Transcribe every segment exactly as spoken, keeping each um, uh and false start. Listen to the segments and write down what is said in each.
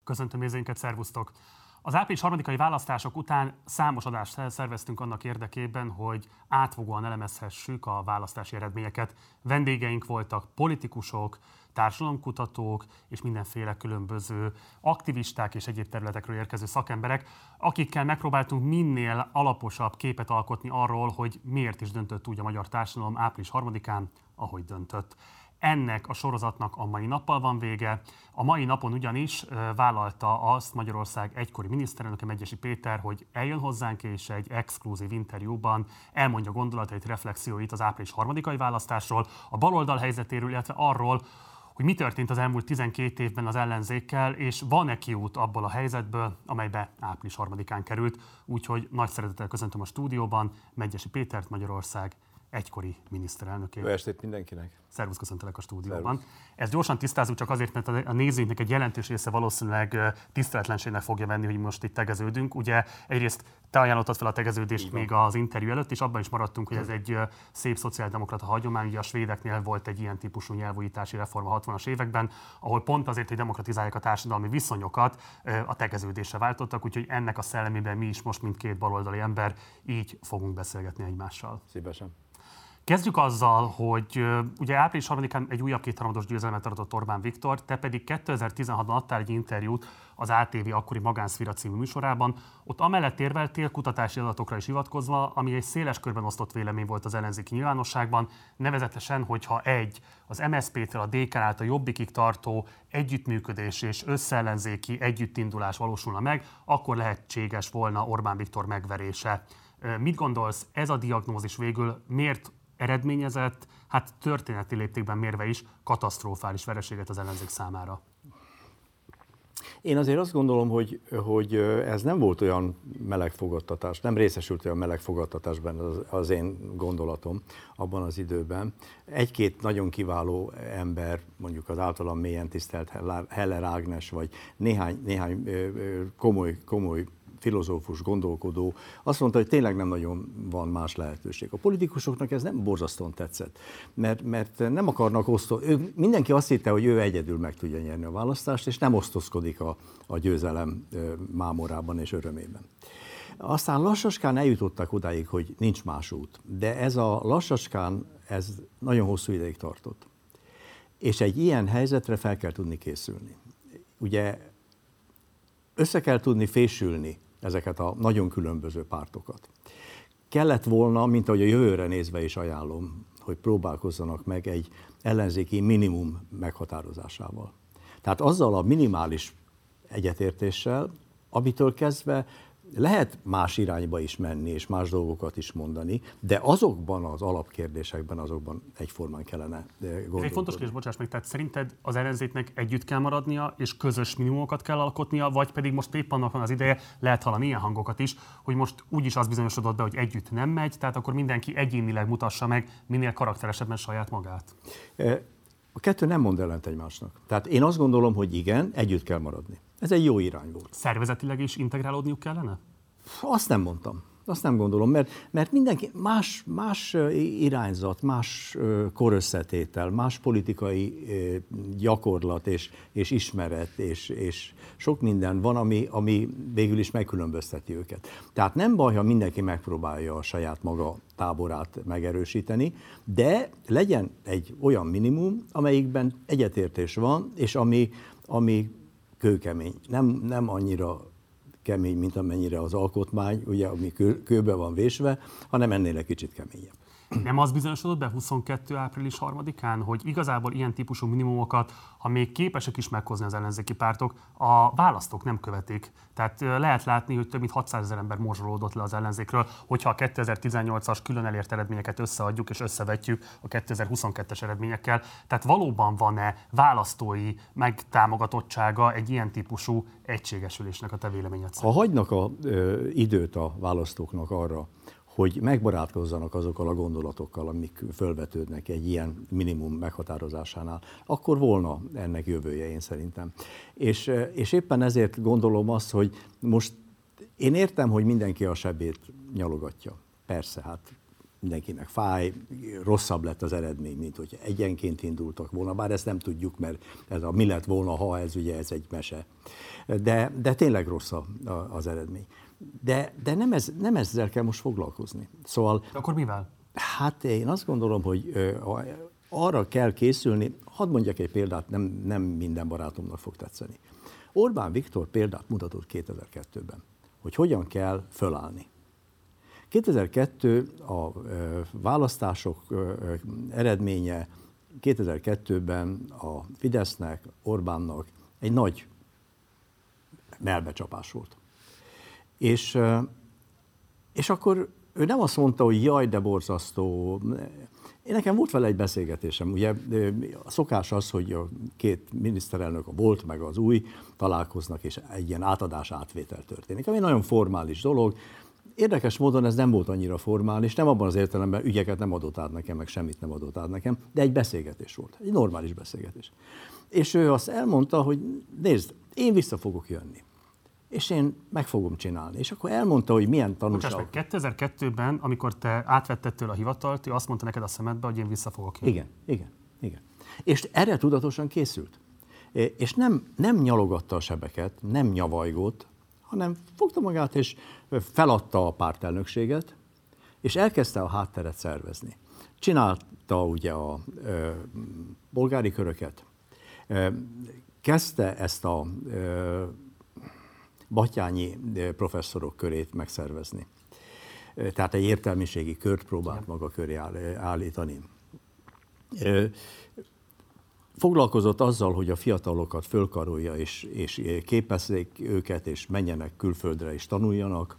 Köszöntöm nézőinket, szervusztok! Az április harmadikai választások után számos adást szerveztünk annak érdekében, hogy átfogóan elemezhessük a választási eredményeket. Vendégeink voltak politikusok, társadalomkutatók és mindenféle különböző aktivisták és egyéb területekről érkező szakemberek, akikkel megpróbáltunk minél alaposabb képet alkotni arról, hogy miért is döntött úgy a magyar társadalom április harmadikán, ahogy döntött. Ennek a sorozatnak a mai nappal van vége. A mai napon ugyanis vállalta azt Magyarország egykori miniszterelnöke, Medgyessy Péter, hogy eljön hozzánk és egy exkluzív interjúban elmondja gondolatait, reflexióit az április harmadikai választásról, a baloldal helyzetéről, illetve arról, hogy mi történt az elmúlt tizenkét évben az ellenzékkel, és van-e kiút abból a helyzetből, amelybe április harmadikán került. Úgyhogy nagy szeretettel köszöntöm a stúdióban Medgyessy Pétert, Magyarország egykori miniszterelnökét. Jó estét mindenkinek! Szervusz, köszöntelek a stúdióban. Szervusz. Ezt gyorsan tisztázunk csak azért, mert a nézőinknek egy jelentős része valószínűleg tiszteletlenségnek fogja venni, hogy most itt tegeződünk. Ugye egyrészt te ajánlottad fel a tegeződést még az interjú előtt, és abban is maradtunk, hogy ez egy szép szociáldemokrata hagyomány. Ugye a svédeknél volt egy ilyen típusú nyelvújítási reform a hatvanas években, ahol pont azért, hogy demokratizálják a társadalmi viszonyokat, a tegeződésre váltottak, úgyhogy ennek a szellemében mi is most, mint két baloldali ember, így fogunk beszélgetni egymással. Szívesen. Kezdjük azzal, hogy uh, ugye április harmadikán egy újabb kétharmados győzelmet aratott Orbán Viktor, te pedig kétezer-tizenhatban adtál egy interjút az á té vé akkori Magánszféra című műsorában. Ott amellett érveltél, kutatási adatokra is hivatkozva, ami egy széles körben osztott vélemény volt az ellenzéki nyilvánosságban, nevezetesen, hogyha egy, az em es zé pé-től a dé ká át a Jobbikig tartó együttműködés és összeellenzéki együttindulás valósulna meg, akkor lehetséges volna Orbán Viktor megverése. Uh, mit gondolsz, ez a diagnózis végül miért eredményezett, hát történeti léptékben mérve is katasztrofális vereséget az ellenzék számára? Én azért azt gondolom, hogy, hogy ez nem volt olyan melegfogadtatás, nem részesült olyan melegfogadtatásban az, az én gondolatom abban az időben. Egy-két nagyon kiváló ember, mondjuk az általam mélyen tisztelt Heller Ágnes, vagy néhány, néhány komoly, komoly filozófus, gondolkodó, azt mondta, hogy tényleg nem nagyon van más lehetőség. A politikusoknak ez nem borzasztóan tetszett, mert, mert nem akarnak osztani. Mindenki azt hitte, hogy ő egyedül meg tudja nyerni a választást, és nem osztozkodik a, a győzelem mámorában és örömében. Aztán lassacskán eljutottak odáig, hogy nincs más út, de ez a lassacskán, ez nagyon hosszú ideig tartott. És egy ilyen helyzetre fel kell tudni készülni. Ugye össze kell tudni fésülni ezeket a nagyon különböző pártokat. Kellett volna, mint ahogy a jövőre nézve is ajánlom, hogy próbálkozzanak meg egy ellenzéki minimum meghatározásával. Tehát azzal a minimális egyetértéssel, amitől kezdve lehet más irányba is menni, és más dolgokat is mondani, de azokban az alapkérdésekben, azokban egyformán kellene gondolkodni. Ez egy fontos kérdés, bocsáss meg, tehát szerinted az ellenzéknek együtt kell maradnia, és közös minimumokat kell alkotnia, vagy pedig most épp annak van az ideje, lehet hallani ilyen hangokat is, hogy most úgyis az bizonyosodott be, hogy együtt nem megy, tehát akkor mindenki egyénileg mutassa meg minél karakteresebben saját magát. A kettő nem mond ellent egymásnak. Tehát én azt gondolom, hogy igen, együtt kell maradni. Ez egy jó irány volt. Szervezetileg is integrálódniuk kellene? Azt nem mondtam. Azt nem gondolom, mert, mert mindenki más, más irányzat, más korösszetétel, más politikai gyakorlat és, és ismeret, és, és sok minden van, ami, ami végül is megkülönbözteti őket. Tehát nem baj, ha mindenki megpróbálja a saját maga táborát megerősíteni, de legyen egy olyan minimum, amelyikben egyetértés van, és ami, ami kőkemény. Nem, nem annyira kemény, mint amennyire az alkotmány, ugye, ami kő, kőbe van vésve, hanem ennél egy kicsit keményebb. Nem az bizonyosodott be huszonkettő április harmadikán, hogy igazából ilyen típusú minimumokat, ha még képesek is meghozni az ellenzéki pártok, a választók nem követik. Tehát lehet látni, hogy több mint hatszázezer ember morzsolódott le az ellenzékről, hogyha a kétezer-tizennyolcas külön elért eredményeket összeadjuk és összevetjük a kétezer-huszonkettes eredményekkel. Tehát valóban van-e választói megtámogatottsága egy ilyen típusú egységesülésnek a te véleményed szerint? Ha hagynak a, ö, időt a választóknak arra, hogy megbarátkozzanak azokkal a gondolatokkal, amik fölvetődnek egy ilyen minimum meghatározásánál, akkor volna ennek jövője, én szerintem. És, és éppen ezért gondolom azt, hogy most én értem, hogy mindenki a sebét nyalogatja. Persze, hát mindenkinek fáj, rosszabb lett az eredmény, mint hogy egyenként indultak volna, bár ezt nem tudjuk, mert ez a mi lett volna, ha ez ugye ez egy mese. De, de tényleg rossz a, a, az eredmény. De, de nem, ez, nem ezzel kell most foglalkozni. Szóval... De akkor mivel? Hát én azt gondolom, hogy arra kell készülni, hadd mondjak egy példát, nem, nem minden barátomnak fog tetszeni. Orbán Viktor példát mutatott kétezer-kettőben, hogy hogyan kell fölállni. kétezer-kettő a választások eredménye, kétezer-kettőben a Fidesznek, Orbánnak egy nagy melbecsapás volt. És, és akkor ő nem azt mondta, hogy jaj, de borzasztó. Én nekem volt vele egy beszélgetésem. Ugye a szokás az, hogy a két miniszterelnök, a volt meg az új találkoznak, és egy ilyen átadás átvétel történik. Ami nagyon formális dolog. Érdekes módon ez nem volt annyira formális, nem abban az értelemben ügyeket nem adott át nekem, meg semmit nem adott át nekem, de egy beszélgetés volt, egy normális beszélgetés. És ő azt elmondta, hogy nézd, én vissza fogok jönni. És én meg fogom csinálni. És akkor elmondta, hogy milyen tanulság. Bocsáss meg, kétezer-kettőben, amikor te átvetted tőle a hivatalt, ő azt mondta neked a szemedbe, hogy én vissza fogok jönni. Igen, igen, igen. És erre tudatosan készült. És nem, nem nyalogatta a sebeket, nem nyavajgott, hanem fogta magát és feladta a pártelnökséget, és elkezdte a hátteret szervezni. Csinálta ugye a ö, bolgári köröket, ö, kezdte ezt a ö, Batthyányi professzorok körét megszervezni. Tehát egy értelmiségi kört próbált maga köré állítani. Foglalkozott azzal, hogy a fiatalokat fölkarolja, és, és képezzék őket, és menjenek külföldre, és tanuljanak.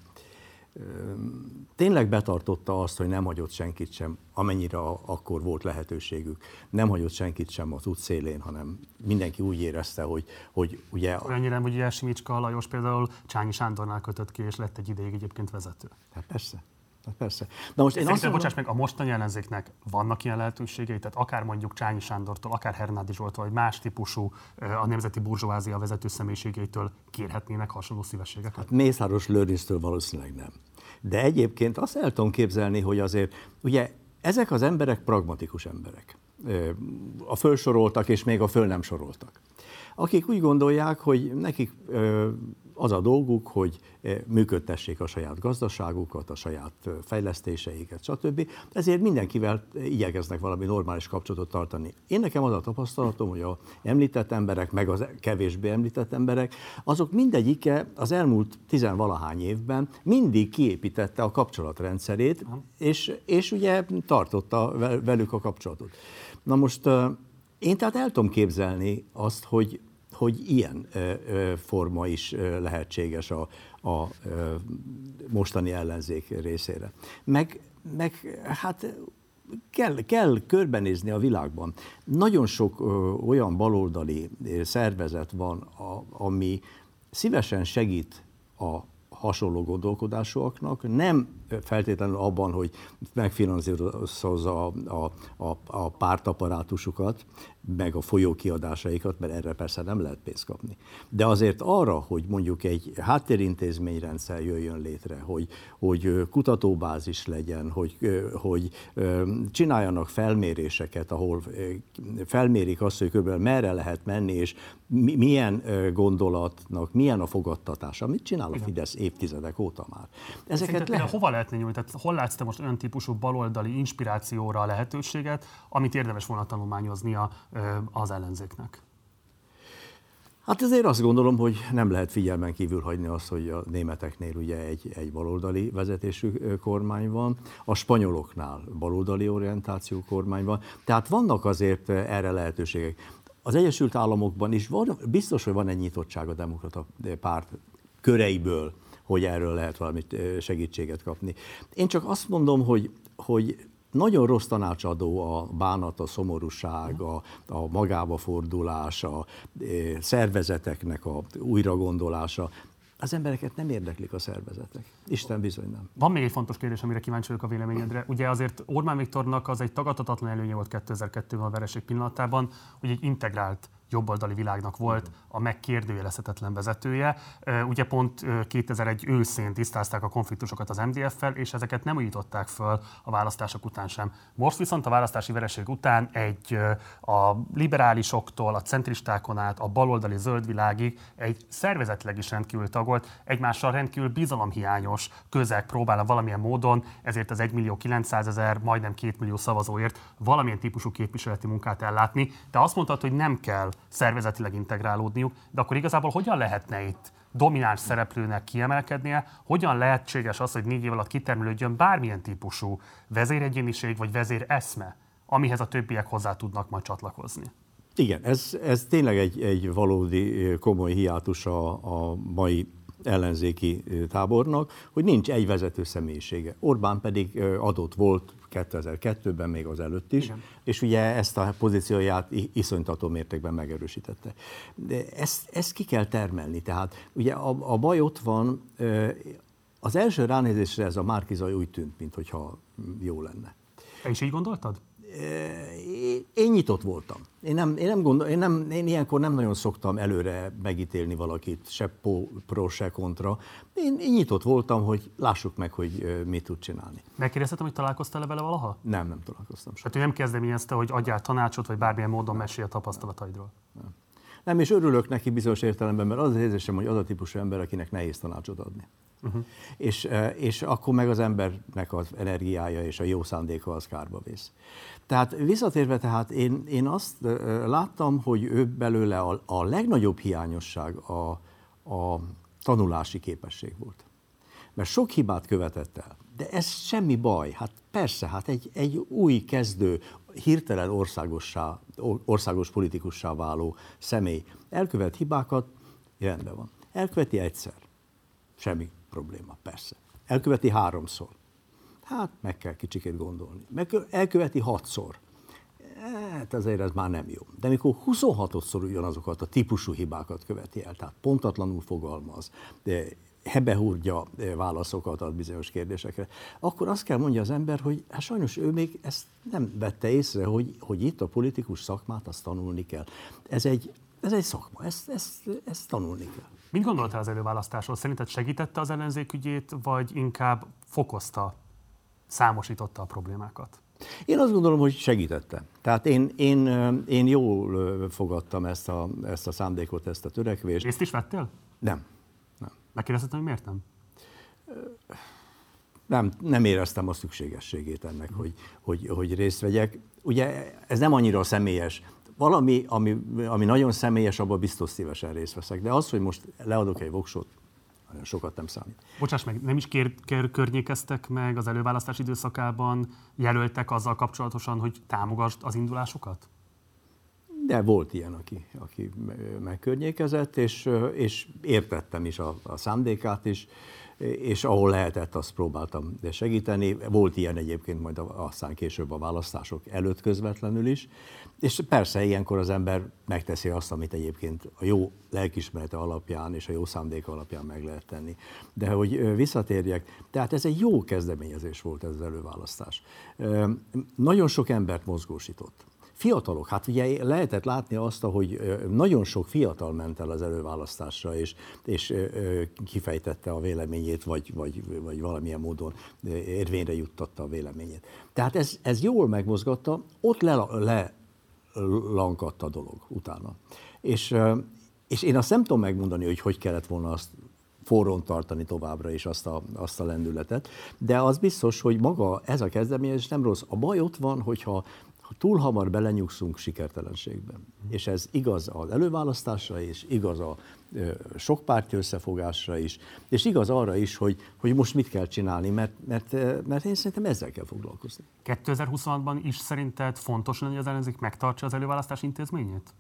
Tényleg betartotta azt, hogy nem hagyott senkit sem, amennyire akkor volt lehetőségük, nem hagyott senkit sem az útszélén, hanem mindenki úgy érezte, hogy, hogy ugye... Olyannyira nem, hogy ugye Simicska Lajos például Csányi Sándornál kötött ki, és lett egy ideig egyébként vezető. Hát persze. Hát persze. Na most én azt mondom, bocsáss meg, a mostani ellenzéknek vannak ilyen lehetőségei, tehát akár mondjuk Csányi Sándortól, akár Hernádi Zsoltól, vagy más típusú a nemzeti burzsóázia vezető személyiségeitől kérhetnének hasonló szívességeket? Hát Mészáros Lőrinctől valószínűleg nem. De egyébként azt el tudom képzelni, hogy azért, ugye ezek az emberek pragmatikus emberek. A fölsoroltak, és még a föl nem soroltak. Akik úgy gondolják, hogy nekik az a dolguk, hogy működtessék a saját gazdaságukat, a saját fejlesztéseiket, stb. Ezért mindenkivel igyekeznek valami normális kapcsolatot tartani. Én nekem az a tapasztalatom, hogy az említett emberek, meg az kevésbé említett emberek, azok mindegyike az elmúlt tizenvalahány évben mindig kiépítette a kapcsolatrendszerét, és, és ugye tartotta velük a kapcsolatot. Na most én tehát el tudom képzelni azt, hogy hogy ilyen ö, ö, forma is ö, lehetséges a, a ö, mostani ellenzék részére. Meg, meg hát kell, kell körbenézni a világban. Nagyon sok ö, olyan baloldali szervezet van, a, ami szívesen segít a hasonló gondolkodásúaknak, nem feltétlenül abban, hogy megfinanszírozza a, a, a, a pártaparátusukat, meg a folyókiadásaikat, mert erre persze nem lehet pénzt kapni. De azért arra, hogy mondjuk egy háttérintézményrendszer jöjjön létre, hogy, hogy kutatóbázis legyen, hogy, hogy csináljanak felméréseket, ahol felmérik azt, hogy kb. Merre lehet menni, és milyen gondolatnak, milyen a fogadtatása. Mit csinál a Fidesz évtizedek óta már? Ezeket lehet... Hova lehetne nyújtani? Tehát hol látsz te most olyan típusú baloldali inspirációra a lehetőséget, amit érdemes volna tanulmányoznia az ellenzéknek? Hát ezért azt gondolom, hogy nem lehet figyelmen kívül hagyni azt, hogy a németeknél ugye egy, egy baloldali vezetésű kormány van, a spanyoloknál baloldali orientáció kormány van, tehát vannak azért erre lehetőségek. Az Egyesült Államokban is van, biztos, hogy van egy nyitottság a demokrata párt köreiből, hogy erről lehet valamit segítséget kapni. Én csak azt mondom, hogy, hogy nagyon rossz tanácsadó a bánat, a szomorúság, a, a magába fordulás, a szervezeteknek a újragondolása. Az embereket nem érdeklik a szervezetek. Isten bizony nem. Van még egy fontos kérdés, amire kíváncsi vagyok a véleményedre. Ugye azért Orbán Viktornak az egy tagadhatatlan előnye volt kétezer-kettőben a vereség pillanatában, hogy egy integrált jobboldali világnak volt a megkérdőjelezhetetlen vezetője. Ugye pont kétezer-egy őszén tisztázták a konfliktusokat az em dé ef-fel, és ezeket nem újították föl a választások után sem. Most viszont a választási vereség után egy a liberálisoktól, a centristákon át, a baloldali zöldvilágig egy szervezetileg is rendkívül tagolt, egymással rendkívül bizalomhiányos közeg próbálna valamilyen módon, ezért az egymillió kilencszázezer, majdnem két millió szavazóért valamilyen típusú képviseleti munkát ellátni. De azt mondtad, hogy nem kell szervezetileg integrálódniuk, de akkor igazából hogyan lehetne itt domináns szereplőnek kiemelkednie, hogyan lehetséges az, hogy négy év alatt kitermelődjön bármilyen típusú vezéregyéniség vagy vezéreszme, amihez a többiek hozzá tudnak majd csatlakozni? Igen, ez, ez tényleg egy, egy valódi komoly hiátus a, a mai ellenzéki tábornak, hogy nincs egy vezető személyisége. Orbán pedig adott volt kétezer-kettőben, még az előtt is, igen. És ugye ezt a pozícióját iszonytató mértékben megerősítette. De ezt, ezt ki kell termelni, tehát ugye a, a baj ott van, az első ránézésre ez a Márki-Zay úgy tűnt, mintha jó lenne. Te is így gondoltad? Én nyitott voltam. Én, nem, én, nem gondol, én, nem, én ilyenkor nem nagyon szoktam előre megítélni valakit, se pro, se kontra. Én, én nyitott voltam, hogy lássuk meg, hogy mit tud csinálni. Megkérdeztetem, hogy találkoztál-e vele valaha? Nem, nem találkoztam sem. Hát ő nem kezdeményezte, hogy adjál tanácsot, vagy bármilyen módon mesélj a tapasztalataidról? Nem. nem, és örülök neki bizonyos értelemben, mert az az érzésem, hogy az a típusú ember, akinek nehéz tanácsot adni. Uh-huh. És, és akkor meg az embernek az energiája és a jó szándéka az kárba vész. Tehát visszatérve, tehát én, én azt láttam, hogy ő belőle a, a legnagyobb hiányosság a, a tanulási képesség volt. Mert sok hibát követett el, de ez semmi baj. Hát persze, hát egy, egy új kezdő, hirtelen országossá, országos politikussá váló személy elkövet hibákat, rendben van. Elköveti egyszer, semmi probléma, persze. Elköveti háromszor, hát meg kell kicsikét gondolni. Meg elköveti hatszor, hát azért ez már nem jó. De mikor huszonhatodszor ugyanazokat a típusú hibákat követi el, tehát pontatlanul fogalmaz, de hebehúrgya válaszokat ad bizonyos kérdésekre, akkor azt kell mondja az ember, hogy hát sajnos ő még ezt nem vette észre, hogy, hogy itt a politikus szakmát azt tanulni kell. Ez egy, ez egy szakma, ezt, ezt, ezt tanulni kell. Mit gondoltál az előválasztásról? Szerinted segítette az ellenzék ügyét, vagy inkább fokozta, számosította a problémákat? Én azt gondolom, hogy segítette. Tehát én, én, én jól fogadtam ezt a, ezt a szándékot, ezt a törekvést. Részt is vettél? Nem. nem. Megkérdezhetem, hogy miért nem? Nem, nem éreztem a szükségességét ennek, hmm. hogy, hogy, hogy részt vegyek. Ugye ez nem annyira személyes. Valami, ami, ami nagyon személyes, abban biztos szívesen részt veszek. De az, hogy most leadok egy voksot, nagyon sokat nem számít. Bocsáss meg, nem is kér, kér, környékeztek meg az előválasztás időszakában, jelöltek azzal kapcsolatosan, hogy támogasd az indulásukat? De volt ilyen, aki, aki megkörnyékezett, és, és értettem is a, a szándékát is, és ahol lehetett, azt próbáltam segíteni. Volt ilyen egyébként majd aztán később a választások előtt közvetlenül is. És persze ilyenkor az ember megteszi azt, amit egyébként a jó lelkismerete alapján és a jó szándéka alapján meg lehet tenni. De hogy visszatérjek, tehát ez egy jó kezdeményezés volt ez az előválasztás. Nagyon sok embert mozgósított. Fiatalok, hát ugye lehetett látni azt, hogy nagyon sok fiatal ment el az előválasztásra, és, és kifejtette a véleményét, vagy, vagy, vagy valamilyen módon érvényre juttatta a véleményét. Tehát ez, ez jól megmozgatta, ott le, lelankadt a dolog utána. És, és én azt nem tudom megmondani, hogy hogy kellett volna azt forrón tartani továbbra is azt a, azt a lendületet, de az biztos, hogy maga ez a kezdeményezés nem rossz. A baj ott van, hogyha ha túl hamar belenyugszunk sikertelenségben. És ez igaz az előválasztásra is, igaz a ö, sokpárti összefogásra is, és igaz arra is, hogy, hogy most mit kell csinálni, mert, mert, mert én szerintem ezzel kell foglalkozni. kétezer-huszonhatban is szerinted fontos lenne, hogy az ellenzék megtartsa az előválasztás intézményét?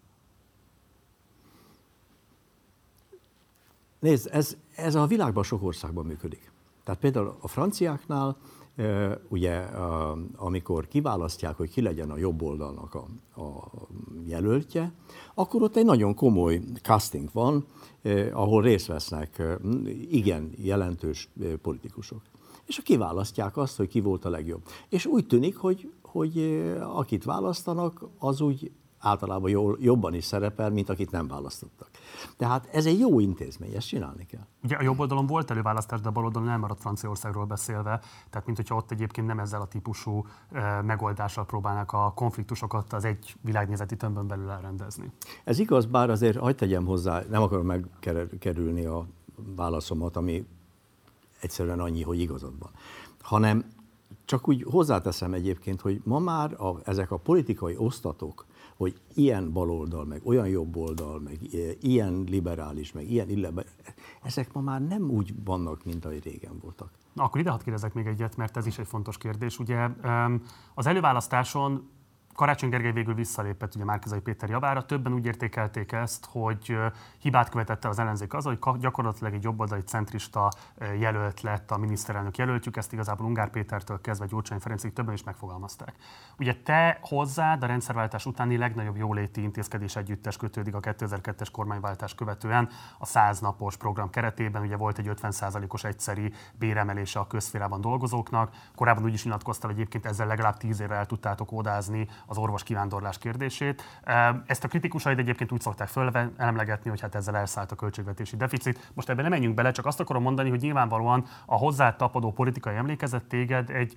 Nézd, ez, ez a világban sok országban működik. Tehát például a franciáknál, ugye, amikor kiválasztják, hogy ki legyen a jobb oldalnak a, a jelöltje, akkor ott egy nagyon komoly casting van, ahol részt vesznek igen jelentős politikusok. És kiválasztják azt, hogy ki volt a legjobb. És úgy tűnik, hogy, hogy akit választanak, az úgy általában jól, jobban is szerepel, mint akit nem választottak. Tehát ez egy jó intézmény, ezt csinálni kell. Ugye a jobb oldalon volt előválasztás, de a bal oldalon elmaradt Franciaországról beszélve, tehát mint hogyha ott egyébként nem ezzel a típusú e, megoldással próbálnak a konfliktusokat az egy világnézeti tömbön belül elrendezni. Ez igaz, bár azért hagyd tegyem hozzá, nem akarom megkerülni a válaszomat, ami egyszerűen annyi, hogy igazad van, hanem csak úgy hozzáteszem egyébként, hogy ma már a, ezek a politikai osztatok, hogy ilyen baloldal, meg olyan jobboldal, meg ilyen liberális, meg ilyen illiberális, ezek ma már nem úgy vannak, mint ahogy régen voltak. Na, akkor ide hadd kérdezek még egyet, mert ez is egy fontos kérdés. Ugye az előválasztáson Karácsony Gergely végül visszalépett ugye Márki-Zay Péter javára. Többen úgy értékelték ezt, hogy hibát követett el az ellenzék azzal, hogy gyakorlatilag egy jobboldali centrista jelölt lett a miniszterelnök jelöltjük. Ezt igazából Ungár Pétertől kezdve Gyurcsány Ferencig többen is megfogalmazták. Ugye te hozzád a rendszerváltás utáni legnagyobb jóléti intézkedés együttes kötődik a kétezer-kettes kormányváltás követően a száz napos program keretében. Ugye volt egy ötven százalékos egyszeri béremelése a közszférában dolgozóknak. Korábban úgy is nyilatkoztál, egyébként ezzel legalább tíz évre el tudtátok ódázni az orvos kivándorlás kérdését. Ezt a kritikusaid egyébként úgy szokták fölemlegetni, hogy hát ezzel elszállt a költségvetési deficit. Most ebben nem menjünk bele, csak azt akarom mondani, hogy nyilvánvalóan a hozzá tapadó politikai emlékezet téged egy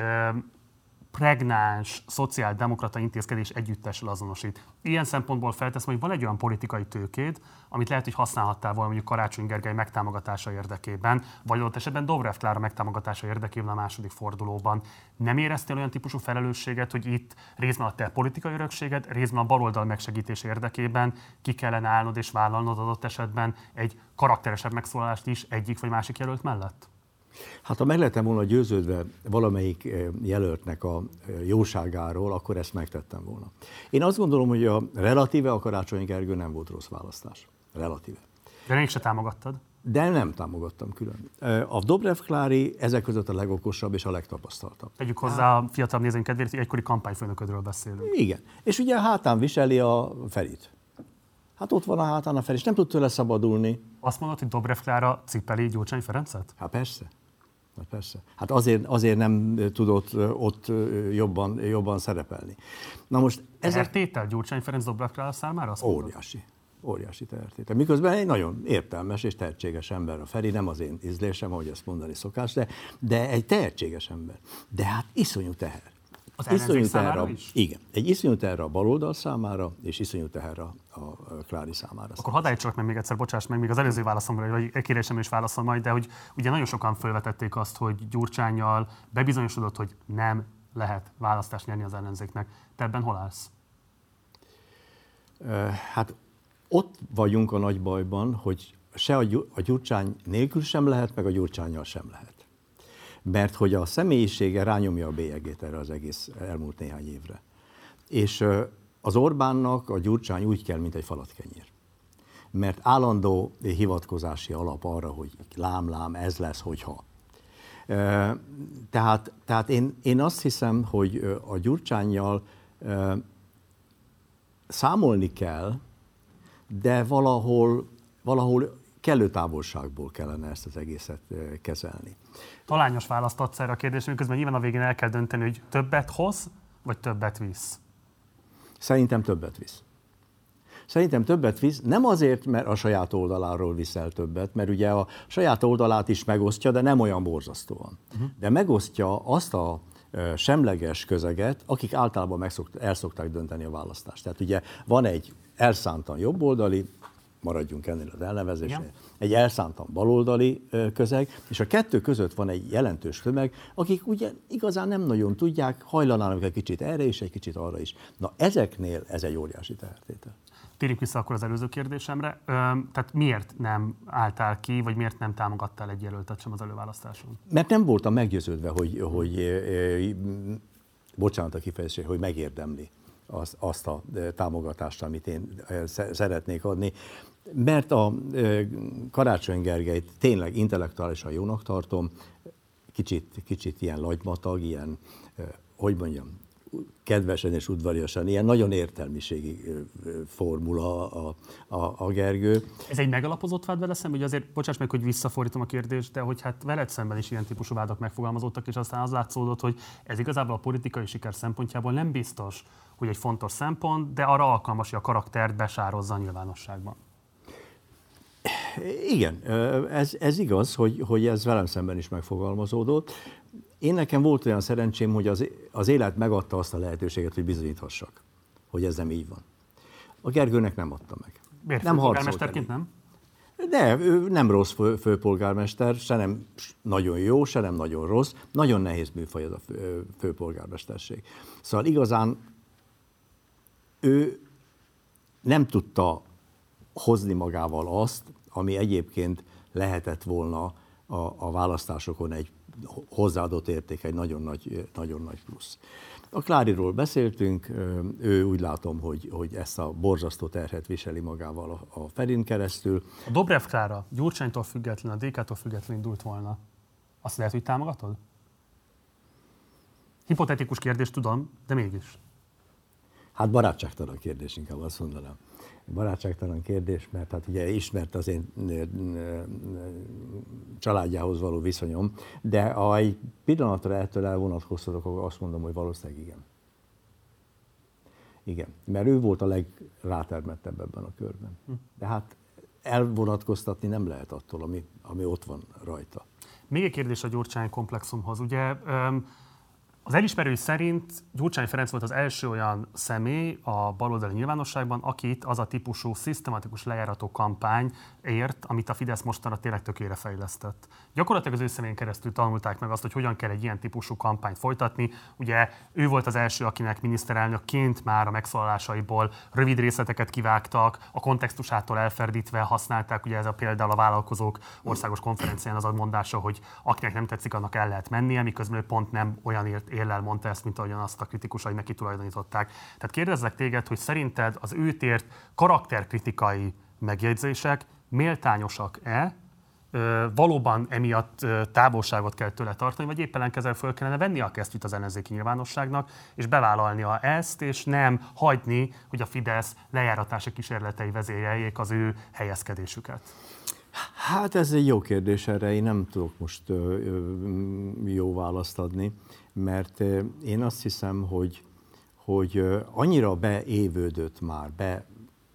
pregnáns, szociáldemokrata intézkedés együttessel azonosít. Ilyen szempontból felteszem, hogy van egy olyan politikai tőkéd, amit lehet, hogy használhattál volna mondjuk Karácsony Gergely megtámogatása érdekében, vagy ott esetben Dobrev Klára megtámogatása érdekében a második fordulóban. Nem éreztél olyan típusú felelősséget, hogy itt részben a te politikai örökséged, részben a baloldal megsegítése érdekében ki kellene állnod és vállalnod adott esetben egy karakteresebb megszólalást is egyik vagy másik jelölt mellett? Hát ha meg lehetem volna győződve valamelyik jelöltnek a jóságáról, akkor ezt megtettem volna. Én azt gondolom, hogy a relatíve a Karácsony Gergely nem volt rossz választás. Relatíve. De mégse támogattad? De nem támogattam külön. A Dobrev Klári ezek között a legokosabb és a legtapasztaltabb. Tegyük hozzá a fiatal nézőink kedvéért, hogy egykori kampányfőnöködről beszélünk. Igen. És ugye a hátán viseli a Ferit. Hát ott van a hátán a Feri, és nem tud tőle szabadulni. Azt mondod, hogy Dobrev Klára cipeli Gyurcsány Ferencet? Hát persze. Hát persze. Hát azért, azért nem tudott ott jobban, jobban szerepelni. Na most ezek... Tehertétel Gyurcsány Ferenc Dobrev Klára számára? Azt óriási. Óriási tehertétel. Miközben egy nagyon értelmes és tehetséges ember a Feri, nem az én ízlésem, ahogy ezt mondani szokás, de, de egy tehetséges ember. De hát iszonyú teher. Az ellenzék számára is? Igen. Egy iszonyú teher a baloldal számára, és iszonyú teher a, a Klári számára. Akkor hadd állítsalak meg még egyszer, bocsáss meg, még az előző válaszomra, vagy egy kérésem is válaszol majd, de hogy ugye nagyon sokan felvetették azt, hogy Gyurcsánnyal bebizonyosodott, hogy nem lehet választást nyerni az ellenzéknek. Te ebben hol állsz? Hát ott vagyunk a nagy bajban, hogy se a Gyurcsány nélkül sem lehet, meg a Gyurcsánnyal sem lehet. Mert hogy a személyisége rányomja a bélyegét erre az egész elmúlt néhány évre. És az Orbánnak a Gyurcsány úgy kell, mint egy falatkenyér. Mert állandó hivatkozási alap arra, hogy lám-lám, ez lesz, hogyha. Tehát, tehát én, én azt hiszem, hogy a Gyurcsánnyal számolni kell, de valahol, valahol kellő távolságból kellene ezt az egészet kezelni. Talányos választ adsz erre a kérdésre, miközben nyilván a végén el kell dönteni, hogy többet hoz, vagy többet visz. Szerintem többet visz. Szerintem többet visz, nem azért, mert a saját oldaláról visz el többet, mert ugye a saját oldalát is megosztja, de nem olyan borzasztóan. Uh-huh. De megosztja azt a semleges közeget, akik általában megszokt, el szokták dönteni a választást. Tehát ugye van egy elszántan jobboldali, maradjunk ennél az elnevezésnél, egy elszántan baloldali közeg, és a kettő között van egy jelentős tömeg, akik ugye igazán nem nagyon tudják, hajlanának egy kicsit erre és egy kicsit arra is. Na ezeknél ez egy óriási tehertétel. Térjünk vissza akkor az előző kérdésemre. Tehát miért nem álltál ki, vagy miért nem támogattál egy jelöltet sem az előválasztáson? Mert nem voltam meggyőződve, hogy, hogy bocsánat a kifejezés, hogy megérdemli azt, azt a támogatást, amit én szeretnék adni. Mert a Karácsony Gergelyt tényleg intellektuálisan jónak tartom, kicsit, kicsit ilyen lagymatag, ilyen, hogy mondjam, kedvesen és udvariasan, ilyen nagyon értelmiségi formula a, a, a Gergő. Ez egy megalapozott vád vele szemben, hogy azért, bocsáss meg, hogy visszafordítom a kérdést, de hogy hát veled szemben is ilyen típusú vádak megfogalmazottak, és aztán az látszódott, hogy ez igazából a politikai siker szempontjából nem biztos, hogy egy fontos szempont, de arra alkalmas, hogy a karaktert besározza a nyilvánosságban. Igen, ez, ez igaz, hogy, hogy ez velem szemben is megfogalmazódott. Én nekem volt olyan szerencsém, hogy az, az élet megadta azt a lehetőséget, hogy bizonyíthassak, hogy ez nem így van. A Gergőnek nem adta meg. Miért? Nem főpolgármesterként nem? De ő nem rossz fő, főpolgármester, se nem nagyon jó, se nem nagyon rossz. Nagyon nehéz műfaj ez a fő, főpolgármesterség. Szóval igazán ő nem tudta hozni magával azt, ami egyébként lehetett volna a, a választásokon egy hozzáadott érték, egy nagyon nagy, nagyon nagy plusz. A Kláriról beszéltünk, ő úgy látom, hogy, hogy ezt a borzasztó terhet viseli magával a, a Ferin keresztül. A Dobrev Klára Gyurcsánytól független, a dé ká-tól független indult volna. Azt lehet, hogy támogatod? Hipotetikus kérdés, tudom, de mégis. Hát barátságtalan kérdés, inkább azt mondanám. Barátságtalan kérdés, mert hát ugye ismert az én családjához való viszonyom, de ha egy pillanatra ettől elvonatkoztatok, akkor azt mondom, hogy valószínűleg igen. Igen, mert ő volt a legrátermettebb ebben a körben. De hát elvonatkoztatni nem lehet attól, ami, ami ott van rajta. Még egy kérdés a Gyurcsány komplexumhoz. Ugye az elismerői szerint Gyurcsány Ferenc volt az első olyan személy a baloldali nyilvánosságban, akit az a típusú szisztematikus lejárató kampány ért, amit a Fidesz mostanra tényleg tökére fejlesztett. Gyakorlatilag az ő személyen keresztül tanulták meg azt, hogy hogyan kell egy ilyen típusú kampányt folytatni. Ugye ő volt az első, akinek miniszterelnökként már a megszólalásaiból rövid részleteket kivágtak, a kontextusától elferdítve használták, ugye ez a például a vállalkozók országos konferencián az a mondása, hogy akinek nem tetszik, annak el lehet mennie, miközben ő pont nem olyan ért éllel mondta ezt, mint ahogyan azt a kritikusai neki tulajdonították. Tehát kérdezzek téged, hogy szerinted az őt ért karakterkritikai megjegyzések méltányosak-e, valóban emiatt távolságot kell tőle tartani, vagy éppen ellenkezőleg föl kellene venni a kesztyűt az ellenzéki nyilvánosságnak, és bevállalnia ezt, és nem hagyni, hogy a Fidesz lejáratási kísérletei vezérjeljék az ő helyezkedésüket? Hát ez egy jó kérdés, erre én nem tudok most jó választ adni, mert én azt hiszem, hogy, hogy annyira beévődött már, be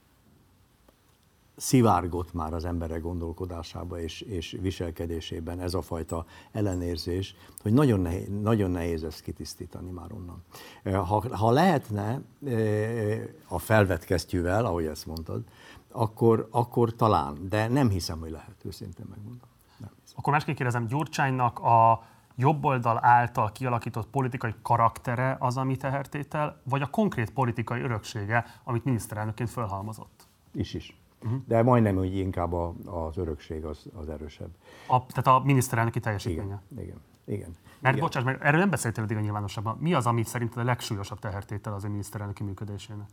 szivárgott már az emberek gondolkodásába és, és viselkedésében ez a fajta ellenérzés, hogy nagyon nehéz, nagyon nehéz ezt kitisztítani már onnan. Ha, ha lehetne a felvett kesztyűvel, ahogy ezt mondtad, akkor, akkor talán, de nem hiszem, hogy lehet, őszintén megmondom. Nem akkor másképp kérdezem, Gyurcsánynak a jobboldal által kialakított politikai karaktere az, ami tehertétel, vagy a konkrét politikai öröksége, amit miniszterelnökként fölhalmozott? Is is. Uh-huh. De majdnem, hogy inkább a, az örökség az, az erősebb. A, tehát a miniszterelnöki teljesítménye? Igen, igen, igen. Mert igen. bocsáss meg, erről nem beszéltél eddig a nyilvánosságban. Mi az, ami szerinted a legsúlyosabb tehertétel az ő miniszterelnöki működésének?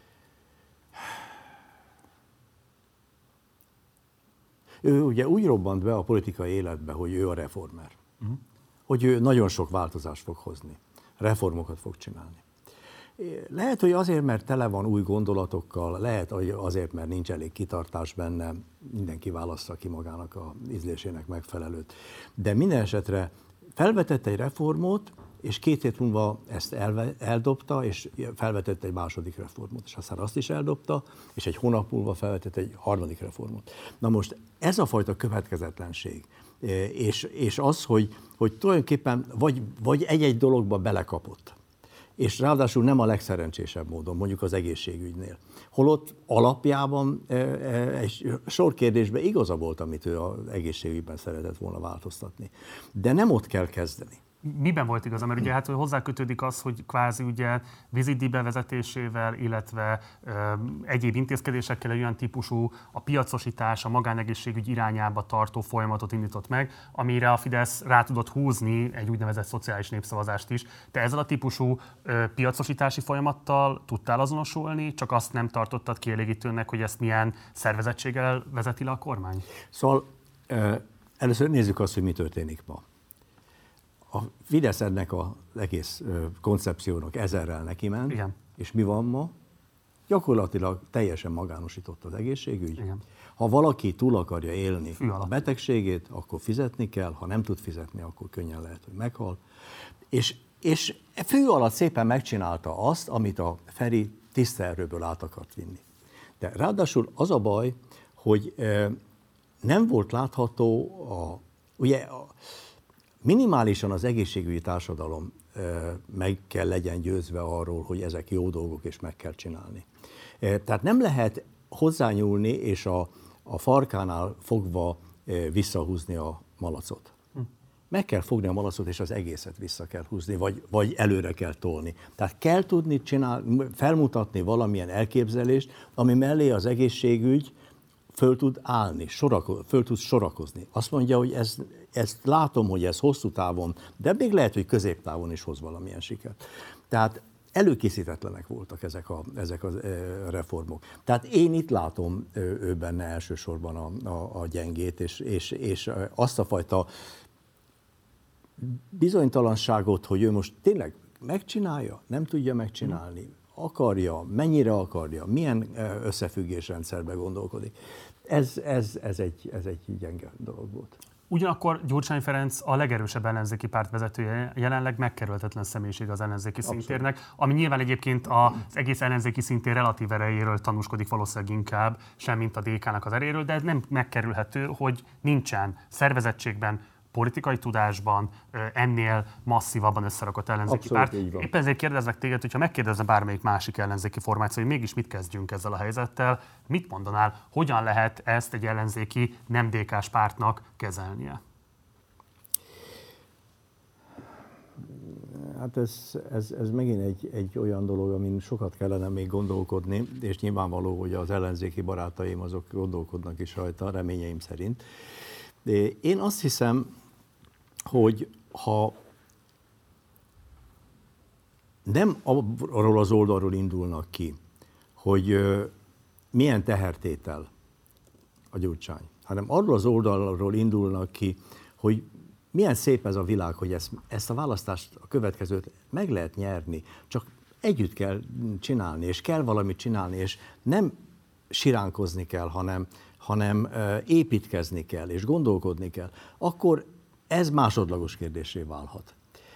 Ő ugye úgy robbant be a politikai életbe, hogy ő a reformer. Uh-huh. Hogy ő nagyon sok változást fog hozni. Reformokat fog csinálni. Lehet, hogy azért, mert tele van új gondolatokkal, lehet azért, mert nincs elég kitartás benne, mindenki válassza ki magának a ízlésének megfelelőt. De minden esetre felvetett egy reformot, és két hét múlva ezt elve, eldobta, és felvetett egy második reformot, és aztán azt is eldobta, és egy hónap múlva felvetett egy harmadik reformot. Na most ez a fajta következetlenség, és, és az, hogy, hogy tulajdonképpen vagy, vagy egy-egy dologba belekapott, és ráadásul nem a legszerencsésebb módon, mondjuk az egészségügynél. Holott alapjában egy sor kérdésben igaza volt, amit ő az egészségügyben szeretett volna változtatni. De nem ott kell kezdeni. Miben volt igaza? Mert ugye hát hozzákötődik az, hogy kvázi ugye vizidi bevezetésével, illetve ö, egyéb intézkedésekkel egy olyan típusú a piacosítás, a magánegészségügy irányába tartó folyamatot indított meg, amire a Fidesz rá tudott húzni egy úgynevezett szociális népszavazást is. Te ezzel a típusú ö, piacosítási folyamattal tudtál azonosulni, csak azt nem tartottad kielégítőnek, hogy ezt milyen szervezettséggel vezeti le a kormány? Szóval ö, először nézzük azt, hogy mi történik ma. a Fidesz ennek az egész koncepciónak ezerrel neki ment, Igen. és mi van ma? Gyakorlatilag teljesen magánosított az egészségügy. Igen. Ha valaki túl akarja élni Fű a alatt. betegségét, akkor fizetni kell, ha nem tud fizetni, akkor könnyen lehet, hogy meghal. És, és fű alatt szépen megcsinálta azt, amit a Feri tiszta erőből át akart vinni. De ráadásul az a baj, hogy e, nem volt látható, a, ugye a, minimálisan az egészségügyi társadalom e, meg kell legyen győzve arról, hogy ezek jó dolgok, és meg kell csinálni. E, tehát nem lehet hozzányúlni, és a, a farkánál fogva e, visszahúzni a malacot. Meg kell fogni a malacot, és az egészet vissza kell húzni, vagy, vagy előre kell tolni. Tehát kell tudni csinálni, felmutatni valamilyen elképzelést, ami mellé az egészségügy föl tud állni, sorako, föl tud sorakozni. Azt mondja, hogy ez, ezt látom, hogy ez hosszú távon, de még lehet, hogy középtávon is hoz valamilyen sikert. Tehát előkészítetlenek voltak ezek a, ezek a reformok. Tehát én itt látom ő benne elsősorban a, a, a gyengét, és, és, és azt a fajta bizonytalanságot, hogy ő most tényleg megcsinálja, nem tudja megcsinálni, akarja, mennyire akarja, milyen összefüggésrendszerben gondolkodik. Ez, ez, ez, egy, ez egy gyenge dolog volt. Ugyanakkor Gyurcsány Ferenc a legerősebb ellenzéki párt vezetője, jelenleg megkerülhetetlen személyiség az ellenzéki Abszolút. szintérnek, ami nyilván egyébként az egész ellenzéki szintér relatív erejéről tanúskodik valószínűleg inkább, semmint a dé ká-nak az erejéről, de ez nem megkerülhető, hogy nincsen szervezettségben, politikai tudásban ennél masszívabban összerakott ellenzéki Abszolút párt. így van. Éppen ezért kérdezlek téged, hogyha megkérdezem bármelyik másik ellenzéki formáció, hogy mégis mit kezdjünk ezzel a helyzettel, mit mondanál, hogyan lehet ezt egy ellenzéki nem dé ká-s pártnak kezelnie? Hát ez, ez, ez megint egy, egy olyan dolog, amin sokat kellene még gondolkodni, és nyilvánvaló, hogy az ellenzéki barátaim azok gondolkodnak is rajta, reményeim szerint. De én azt hiszem, hogy ha nem arról az oldalról indulnak ki, hogy milyen tehertétel a Gyurcsány, hanem arról az oldalról indulnak ki, hogy milyen szép ez a világ, hogy ezt, ezt a választást, a következőt meg lehet nyerni, csak együtt kell csinálni, és kell valamit csinálni, és nem siránkozni kell, hanem, hanem építkezni kell, és gondolkodni kell, akkor ez másodlagos kérdésé válhat.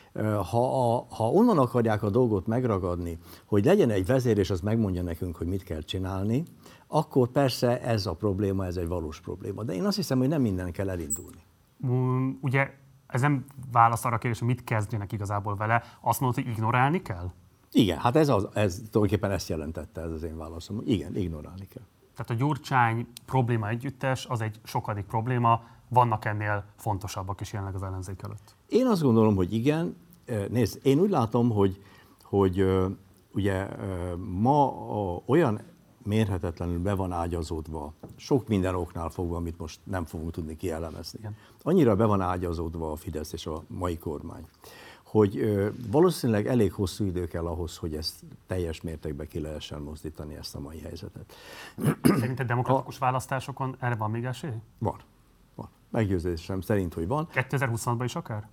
Ha, a, ha onnan akarják a dolgot megragadni, hogy legyen egy vezér, és az megmondja nekünk, hogy mit kell csinálni, akkor persze ez a probléma, ez egy valós probléma. De én azt hiszem, hogy nem minden kell elindulni. Um, ugye ez nem válasz arra a kérdés, hogy mit kezdjenek igazából vele. Azt mondod, hogy ignorálni kell? Igen, hát ez, az, ez tulajdonképpen ezt jelentette, ez az én válaszom. Igen, ignorálni kell. Tehát a Gyurcsány probléma együttes, az egy sokadik probléma, vannak ennél fontosabbak is jelenleg az ellenzék előtt. Én azt gondolom, hogy igen. Nézd, én úgy látom, hogy, hogy ugye ma olyan mérhetetlenül be van ágyazódva, sok minden oknál fogva, amit most nem fogunk tudni kielemezni. Igen. Annyira be van ágyazódva a Fidesz és a mai kormány, hogy valószínűleg elég hosszú idő kell ahhoz, hogy ezt teljes mértékben ki lehessen mozdítani, ezt a mai helyzetet. Szerinted demokratikus a... választásokon erre van még esély? Van. van. Meggyőződésem szerint, hogy van. kétezer-huszonhatban is akár?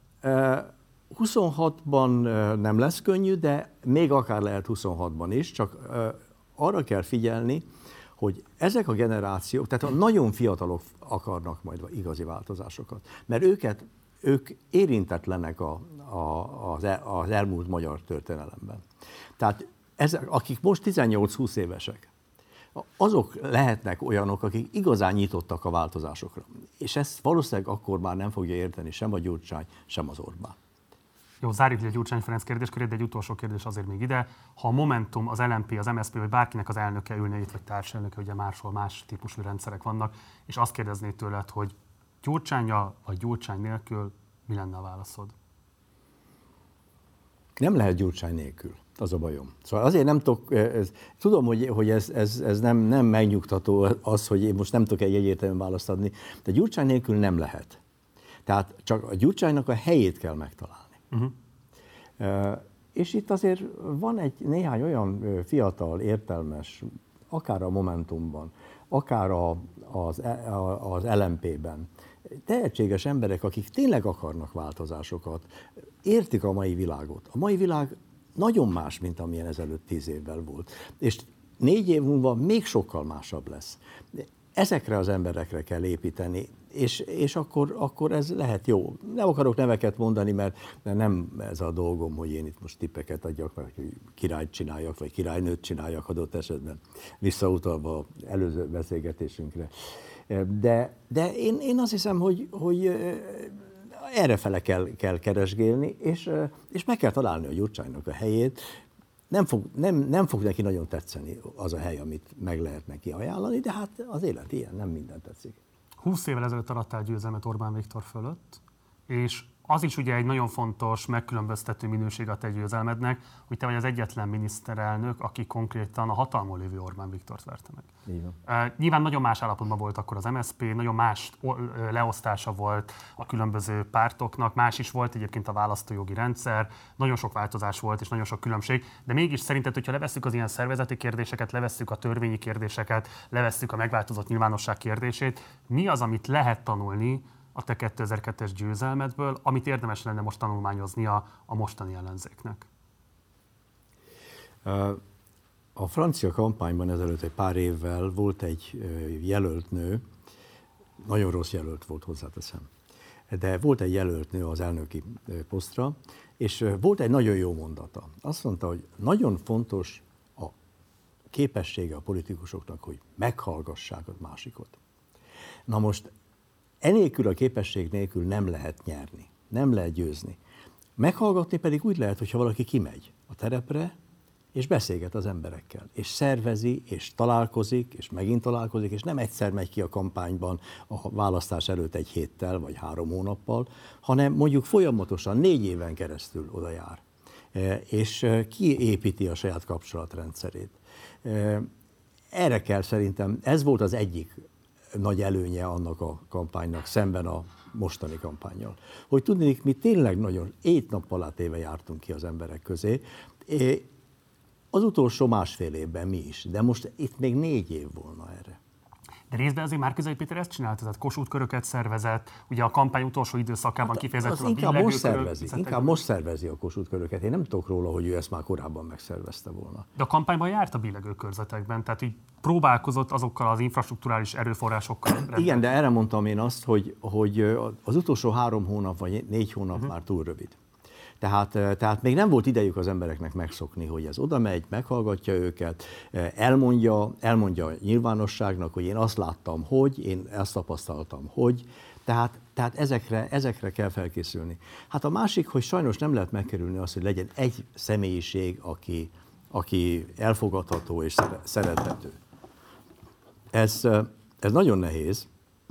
huszonhatban nem lesz könnyű, de még akár lehet huszonhatban is, csak arra kell figyelni, hogy ezek a generációk, tehát a nagyon fiatalok akarnak majd igazi változásokat, mert őket, ők érintetlenek a, a, az, el, az elmúlt magyar történelemben. Tehát ezek, akik most tizennyolc-húsz évesek, azok lehetnek olyanok, akik igazán nyitottak a változásokra. És ezt valószínűleg akkor már nem fogja érteni sem a Gyurcsány, sem az Orbán. Jó, zárjuk le a Gyurcsány-Ferenc kérdéskörét, de egy utolsó kérdés azért még ide. Ha a Momentum, az el em pé, az em es zé pé, vagy bárkinek az elnöke ülne itt, vagy társelnöke, ugye máshol más típusú rendszerek vannak, és azt kérdeznéd tőled, hogy Gyurcsánnyal vagy Gyurcsány nélkül mi lenne a válaszod? Nem lehet Gyurcsány nélkül, az a bajom. Szóval azért nem tudok, ez, tudom, hogy, hogy ez, ez, ez nem, nem megnyugtató az, hogy én most nem tudok egy egyértelmű választ adni, de Gyurcsány nélkül nem lehet. Tehát csak a Gyurcsánynak a helyét kell megtalálni. Uh-huh. Uh, és itt azért van egy néhány olyan fiatal, értelmes, akár a Momentumban, akár a, az, a, az el em pé-ben, tehetséges emberek, akik tényleg akarnak változásokat, értik a mai világot. A mai világ nagyon más, mint amilyen ezelőtt tíz évvel volt. És négy év múlva még sokkal másabb lesz. Ezekre az emberekre kell építeni, és, és akkor, akkor ez lehet jó. Nem akarok neveket mondani, mert nem ez a dolgom, hogy én itt most tippeket adjak, vagy királyt csináljak, vagy királynőt csináljak adott esetben, visszautalva az előző beszélgetésünkre. De, de én, én azt hiszem, hogy, hogy errefele kell, kell keresgélni, és, és meg kell találni a Gyurcsánynak a helyét. Nem fog, nem, nem fog neki nagyon tetszeni az a hely, amit meg lehet neki ajánlani, de hát az élet ilyen, nem minden tetszik. húsz évvel ezelőtt arattál győzelmet Orbán Viktor fölött, és az is ugye egy nagyon fontos, megkülönböztető minőség a te győzelmednek, hogy te vagy az egyetlen miniszterelnök, aki konkrétan a hatalmon lévő Orbán Viktort verte meg. Így van. Uh, nyilván nagyon más állapotban volt akkor az em es zé pé, nagyon más leosztása volt a különböző pártoknak, más is volt egyébként a választójogi rendszer, nagyon sok változás volt és nagyon sok különbség, de mégis szerinted, hogyha levesszük az ilyen szervezeti kérdéseket, levesszük a törvényi kérdéseket, levesszük a megváltozott nyilvánosság kérdését, mi az, amit lehet tanulni a te kétezer-kettes győzelmedből, amit érdemes lenne most tanulmányoznia a mostani ellenzéknek? A francia kampányban ezelőtt egy pár évvel volt egy jelölt nő, nagyon rossz jelölt volt, hozzáteszem, de volt egy jelölt nő az elnöki posztra, és volt egy nagyon jó mondata. Azt mondta, hogy nagyon fontos a képessége a politikusoknak, hogy meghallgassák a másikot. Na most enélkül a képesség nélkül nem lehet nyerni, nem lehet győzni. Meghallgatni pedig úgy lehet, hogyha valaki kimegy a terepre, és beszélget az emberekkel, és szervezi, és találkozik, és megint találkozik, és nem egyszer megy ki a kampányban a választás előtt egy héttel, vagy három hónappal, hanem mondjuk folyamatosan négy éven keresztül oda jár, és kiépíti a saját kapcsolatrendszerét. Erre kell szerintem, ez volt az egyik nagy előnye annak a kampánynak szemben a mostani kampánnyal. Hogy tudni, mi tényleg nagyon hét nappal átéve jártunk ki az emberek közé, az utolsó másfél évben mi is, de most itt még négy év volna erre. De részben azért Márki-Zay Péter ezt csinálta, tehát Kossuth köröket szervezett, ugye a kampány utolsó időszakában hát kifejezetten a inkább most szervezi, inkább most szervezi a Kossuth köröket. Én nem tudok róla, hogy ő ezt már korábban megszervezte volna. De a kampányban járt a billegőkörzetekben, tehát így próbálkozott azokkal az infrastrukturális erőforrásokkal. Igen, de erre mondtam én azt, hogy, hogy az utolsó három hónap vagy négy hónap uh-huh. már túl rövid. Tehát, tehát még nem volt idejük az embereknek megszokni, hogy ez oda megy, meghallgatja őket, elmondja, elmondja a nyilvánosságnak, hogy én azt láttam, hogy, én ezt tapasztaltam, hogy. Tehát, tehát ezekre, ezekre kell felkészülni. Hát a másik, hogy sajnos nem lehet megkerülni azt, hogy legyen egy személyiség, aki, aki elfogadható és szerethető. Ez, ez nagyon nehéz,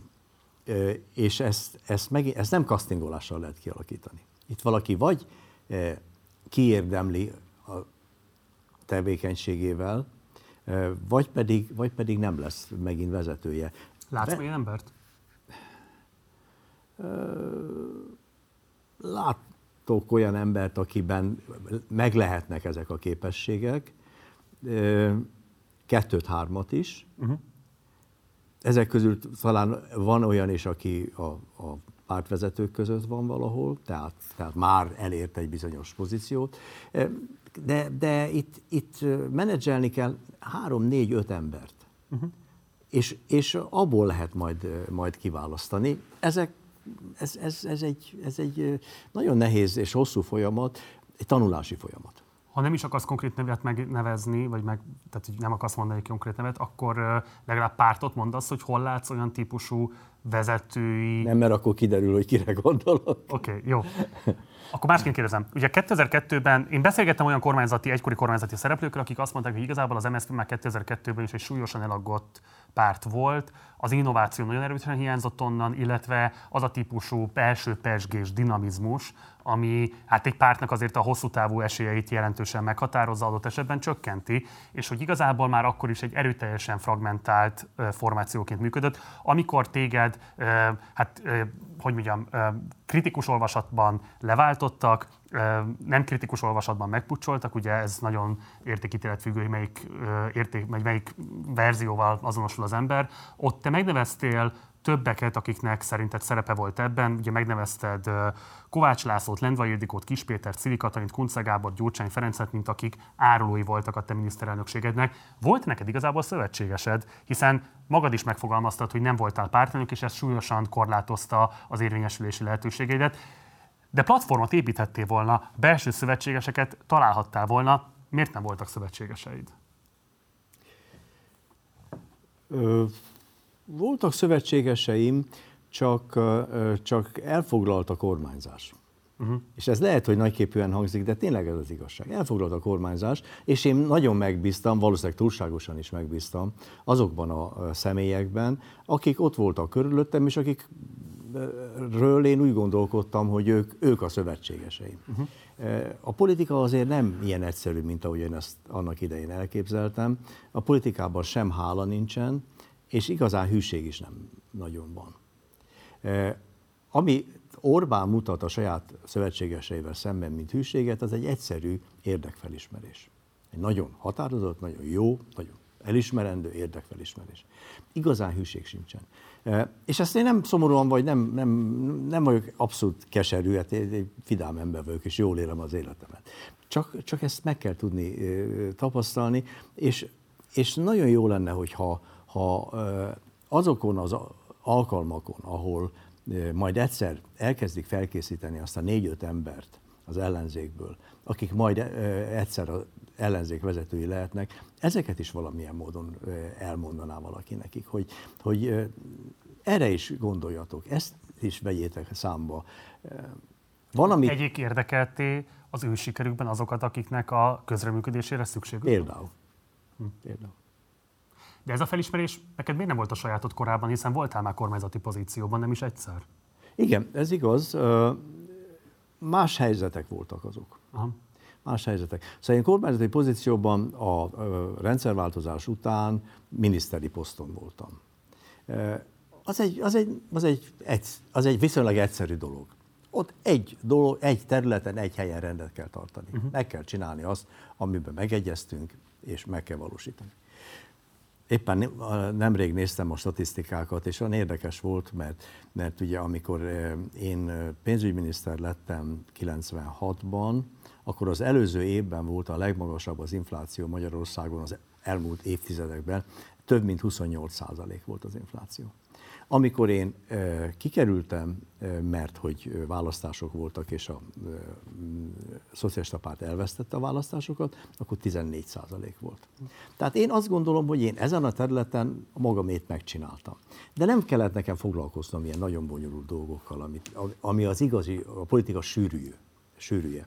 és ezt, ezt, meg, ezt nem castingolással lehet kialakítani. Itt valaki vagy eh, kiérdemli a tevékenységével, eh, vagy, pedig, vagy pedig nem lesz megint vezetője. Látsz olyan embert? Eh, látok olyan embert, akiben meg lehetnek ezek a képességek, eh, kettőt-hármat is. Uh-huh. Ezek közül talán van olyan is, aki a, a pártvezetők között van valahol, tehát, tehát már elért egy bizonyos pozíciót, de, de itt, itt menedzselni kell három, négy, öt embert, uh-huh. és, és abból lehet majd, majd kiválasztani. Ezek, ez, ez, ez, egy, ez egy nagyon nehéz és hosszú folyamat, egy tanulási folyamat. Ha nem is akarsz konkrét nevet megnevezni, vagy meg, tehát hogy nem akarsz mondani egy konkrét nevet, akkor legalább pártot mondasz, hogy hol látsz olyan típusú vezetői... Nem, mert akkor kiderül, hogy kire gondolok. Oké, okay, jó. Akkor másként kérdezem. Ugye kétezer-kettőben én beszélgettem olyan kormányzati, egykori kormányzati szereplőkről, akik azt mondták, hogy igazából az em es zé pé már kétezer-kettőben is egy súlyosan elaggott párt volt, az innováció nagyon erősen hiányzott onnan, illetve az a típusú belső pezsgés, dinamizmus, ami hát egy pártnak azért a hosszú távú esélyeit jelentősen meghatározza, adott esetben csökkenti, és hogy igazából már akkor is egy erőteljesen fragmentált formációként működött, amikor téged, hát hogy mondjam, kritikus olvasatban leváltottak, nem kritikus olvasatban megpucsoltak, ugye ez nagyon értékítéletfüggő, hogy melyik, érték, vagy melyik verzióval azonosul az ember. Ott te megneveztél többeket, akiknek szerinted szerepe volt ebben. Ugye megnevezted Kovács Lászlót, Lendvai Ildikót, Kiss Pétert, Szili Katalint, Kunce Gábort, Gyurcsány Ferencet, mint akik árulói voltak a te miniszterelnökségednek. Volt neked igazából szövetségesed, hiszen magad is megfogalmaztad, hogy nem voltál pártelnök, és ez súlyosan korlátozta az érvényesülési lehetőségeidet. De platformot építhettél volna, belső szövetségeseket találhattál volna. Miért nem voltak szövetségeseid? Ö, voltak szövetségeseim, csak, csak elfoglalt a kormányzás. Uh-huh. És ez lehet, hogy nagyképűen hangzik, de tényleg ez az igazság. Elfoglalt a kormányzás, és én nagyon megbíztam, valószínűleg túlságosan is megbíztam azokban a személyekben, akik ott voltak körülöttem, és akikről én úgy gondolkodtam, hogy ők, ők a szövetségeseim. Uh-huh. A politika azért nem ilyen egyszerű, mint ahogy én ezt annak idején elképzeltem. A politikában sem hála nincsen, és igazán hűség is nem nagyon van. Ami Orbán mutat a saját szövetségeseivel szemben, mint hűséget, az egy egyszerű érdekfelismerés. Egy nagyon határozott, nagyon jó, nagyon elismerendő érdekfelismerés. Igazán hűség sincsen. És ezt én nem szomorúan, vagy nem, nem, nem vagyok abszolút keserű, hát egy vidám ember vagyok, és jól élem az életemet. Csak, csak ezt meg kell tudni tapasztalni, és, és nagyon jó lenne, hogyha ha azokon az alkalmakon, ahol majd egyszer elkezdik felkészíteni azt a négy-öt embert az ellenzékből, akik majd egyszer az ellenzék vezetői lehetnek, ezeket is valamilyen módon elmondaná valaki nekik, hogy, hogy erre is gondoljatok, ezt is vegyétek számba. Valami... Egyik érdekelté az ő sikerükben azokat, akiknek a közreműködésére szükségük van? Például. Hm. Például. De ez a felismerés neked miért nem volt a sajátod korábban, hiszen voltál már kormányzati pozícióban, nem is egyszer? Igen, ez igaz. Más helyzetek voltak azok. Aha. Más helyzetek. Szóval én kormányzati pozícióban a rendszerváltozás után miniszteri poszton voltam. Az egy, az egy, az egy, az egy viszonylag egyszerű dolog. Ott egy dolog, egy területen, egy helyen rendet kell tartani. Uh-huh. Meg kell csinálni azt, amiben megegyeztünk, és meg kell valósítani. Éppen nemrég néztem a statisztikákat, és olyan érdekes volt, mert, mert ugye amikor én pénzügyminiszter lettem kilencvenhatban, akkor az előző évben volt a legmagasabb az infláció Magyarországon az elmúlt évtizedekben, több mint huszonnyolc százalék volt az infláció. Amikor én e, kikerültem, e, mert hogy választások voltak, és a e, szocialista párt elvesztette a választásokat, akkor tizennégy százalék volt. Tehát én azt gondolom, hogy én ezen a területen magamét megcsináltam. De nem kellett nekem foglalkoznom ilyen nagyon bonyolult dolgokkal, amit, ami az igazi, a politika sűrűje. sűrűje.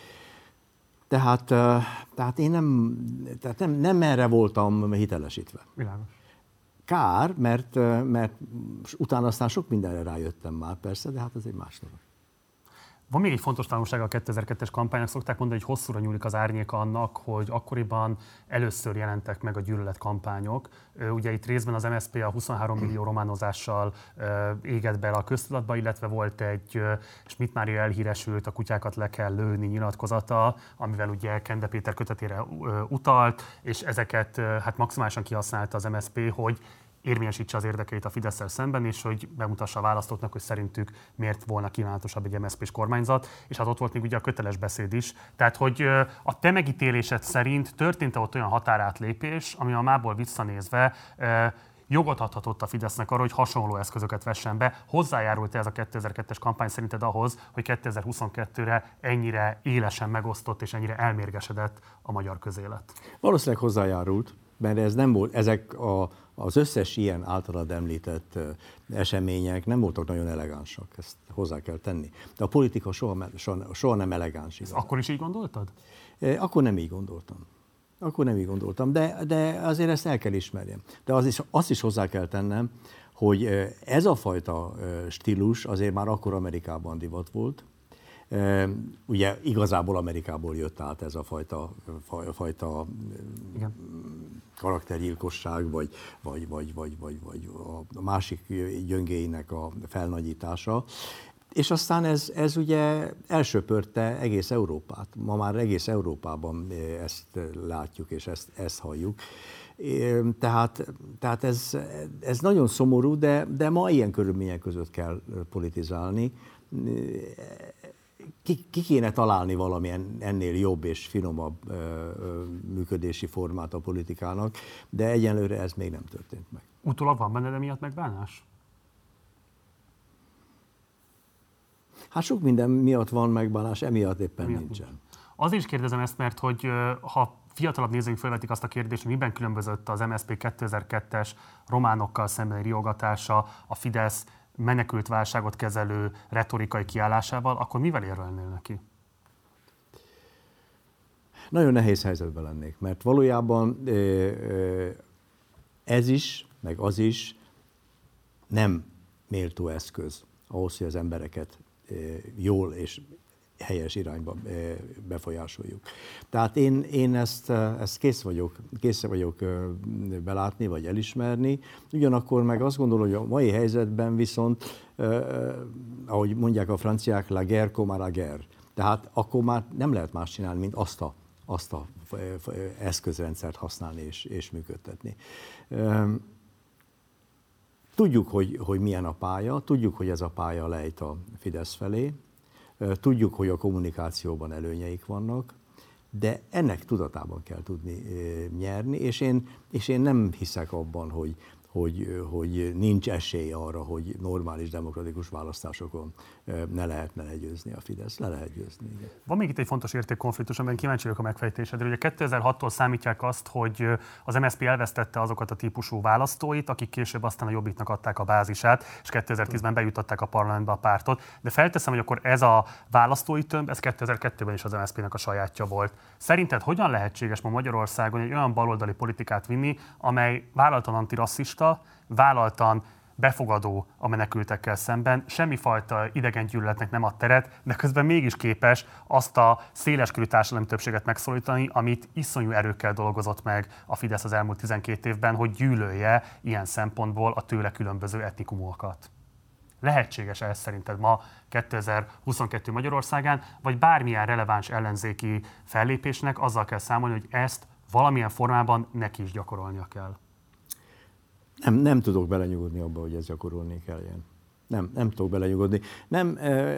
Tehát, e, tehát én nem, tehát nem, nem erre voltam hitelesítve. Világos. Kár, mert, mert utána aztán sok mindenre rájöttem már persze, de hát ez egy más dolog. Van még egy fontos tanulsága a kétezer-kettes kampánynak, szokták mondani, hogy hosszúra nyúlik az árnyéka annak, hogy akkoriban először jelentek meg a gyűlöletkampányok. Ugye itt részben az em es zé pé a huszonhárom millió románozással égett bele a köztudatba, illetve volt egy Schmidt Mária elhíresült, a kutyákat le kell lőni nyilatkozata, amivel ugye Kende Péter kötetére utalt, és ezeket hát maximálisan kihasználta az em es zé pé, hogy érvényesítse az érdekeit a Fidesszel szemben, és hogy bemutassa a választóknak, hogy szerintük miért volna kívánatosabb egy em es zé pés kormányzat, és hát ott volt még ugye a köteles beszéd is. Tehát, hogy a te megítélésed szerint történt-e ott olyan határátlépés, ami a mából visszanézve jogot adhatott a Fidesznek arra, hogy hasonló eszközöket vessen be. Hozzájárult-e ez a kétezer-kettes kampány szerinted ahhoz, hogy kétezer-huszonkettőre ennyire élesen megosztott és ennyire elmérgesedett a magyar közélet? Valószínűleg hozzájárult, mert ez nem volt, ezek a, az összes ilyen általad említett események nem voltak nagyon elegánsak, ezt hozzá kell tenni. De a politika soha, soha, soha nem elegáns. Ezt akkor is így gondoltad? Akkor nem így gondoltam. Akkor nem így gondoltam, de, de azért ezt el kell ismerjem. De az is, azt is hozzá kell tennem, hogy ez a fajta stílus azért már akkor Amerikában divat volt. Ugye igazából Amerikából jött át ez a fajta, fajta karaktergyilkosság, vagy, vagy, vagy, vagy, vagy, vagy a másik gyöngéinek a felnagyítása. És aztán ez, ez ugye elsöpörte egész Európát. Ma már egész Európában ezt látjuk, és ezt, ezt halljuk. Tehát, tehát ez, ez nagyon szomorú, de, de ma ilyen körülmények között kell politizálni. Ki, ki kéne találni valami ennél jobb és finomabb ö, ö, működési formát a politikának, de egyenlőre ez még nem történt meg. Utólag van benned emiatt megbánás? Hát sok minden miatt van megbánás, emiatt éppen miatt nincsen. Nincs. Azért is kérdezem ezt, mert hogy ha fiatalabb nézőink felvetik azt a kérdést, hogy miben különbözött az em es zé pé kétezer-kettes románokkal szembeni riogatása, a Fidesz menekült válságot kezelő retorikai kiállásával, akkor mivel érvelnél neki? Nagyon nehéz helyzetben lennék, mert valójában ez is, meg az is nem méltó eszköz ahhoz, hogy az embereket jól és helyes irányba befolyásoljuk. Tehát én, én ezt, ezt kész vagyok, kész vagyok belátni, vagy elismerni. Ugyanakkor meg azt gondolom, hogy a mai helyzetben viszont, ahogy mondják a franciák, la guerre comme la guerre. Tehát akkor már nem lehet más csinálni, mint azt a, azt a eszközrendszert használni és, és működtetni. Tudjuk, hogy, hogy milyen a pálya, tudjuk, hogy ez a pálya lejt a Fidesz felé, tudjuk, hogy a kommunikációban előnyeik vannak, de ennek tudatában kell tudni nyerni, és én, és én nem hiszek abban, hogy, hogy, hogy nincs esély arra, hogy normális demokratikus választásokon ne lehetne legyőzni a Fidesz. Le lehet győzni. Igen. Van még itt egy fontos értékkonfliktus, amiben kíváncsi vagyok a megfejtésedre. Ugye kétezer-hattól számítják azt, hogy az em es zé pé elvesztette azokat a típusú választóit, akik később aztán a Jobbiknak adták a bázisát, és kétezer-tízben bejutották a parlamentbe a pártot. De felteszem, hogy akkor ez a választói tömb, ez kétezer-kettőben is az em es zé pének a sajátja volt. Szerinted hogyan lehetséges ma Magyarországon egy olyan baloldali politikát vinni, amely vállaltan antirasszista, vállaltan befogadó a menekültekkel szemben, semmifajta idegengyűlöletnek nem ad teret, de közben mégis képes azt a széleskörű társadalmi többséget megszólítani, amit iszonyú erőkkel dolgozott meg a Fidesz az elmúlt tizenkét évben, hogy gyűlölje ilyen szempontból a tőle különböző etnikumokat. Lehetséges-e ez szerinted ma kétezer-huszonkettő Magyarországán, vagy bármilyen releváns ellenzéki fellépésnek azzal kell számolni, hogy ezt valamilyen formában neki is gyakorolnia kell? Nem, nem tudok belenyugodni abba, hogy ezt gyakorolni kelljen. Nem, nem tudok belenyugodni. Nem,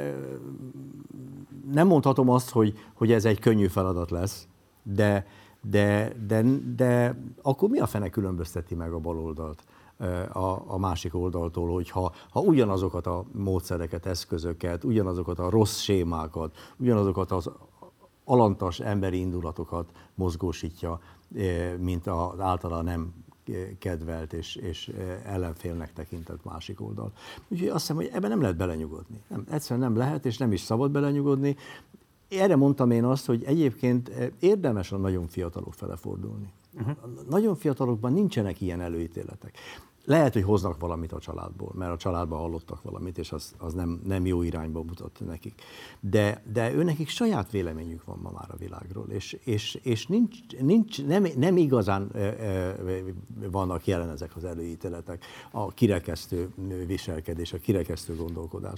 nem mondhatom azt, hogy, hogy ez egy könnyű feladat lesz, de, de, de, de akkor mi a fene különbözteti meg a baloldalt a, a másik oldaltól, hogyha ha ugyanazokat a módszereket, eszközöket, ugyanazokat a rossz sémákat, ugyanazokat az alantas emberi indulatokat mozgósítja, mint az általa nem kedvelt és, és ellenfélnek tekintett másik oldal. Úgyhogy azt hiszem, hogy ebben nem lehet belenyugodni. Nem, egyszerűen nem lehet, és nem is szabad belenyugodni. Erre mondtam én azt, hogy egyébként érdemes a nagyon fiatalok fele fordulni. Uh-huh. A nagyon fiatalokban nincsenek ilyen előítéletek. Lehet, hogy hoznak valamit a családból, mert a családban hallottak valamit, és az, az nem, nem jó irányba mutat nekik. De, de őnekik saját véleményük van ma már a világról, és, és, és nincs, nincs, nem, nem igazán e, e, vannak jelen ezek az előítéletek, a kirekesztő viselkedés, a kirekesztő gondolkodás.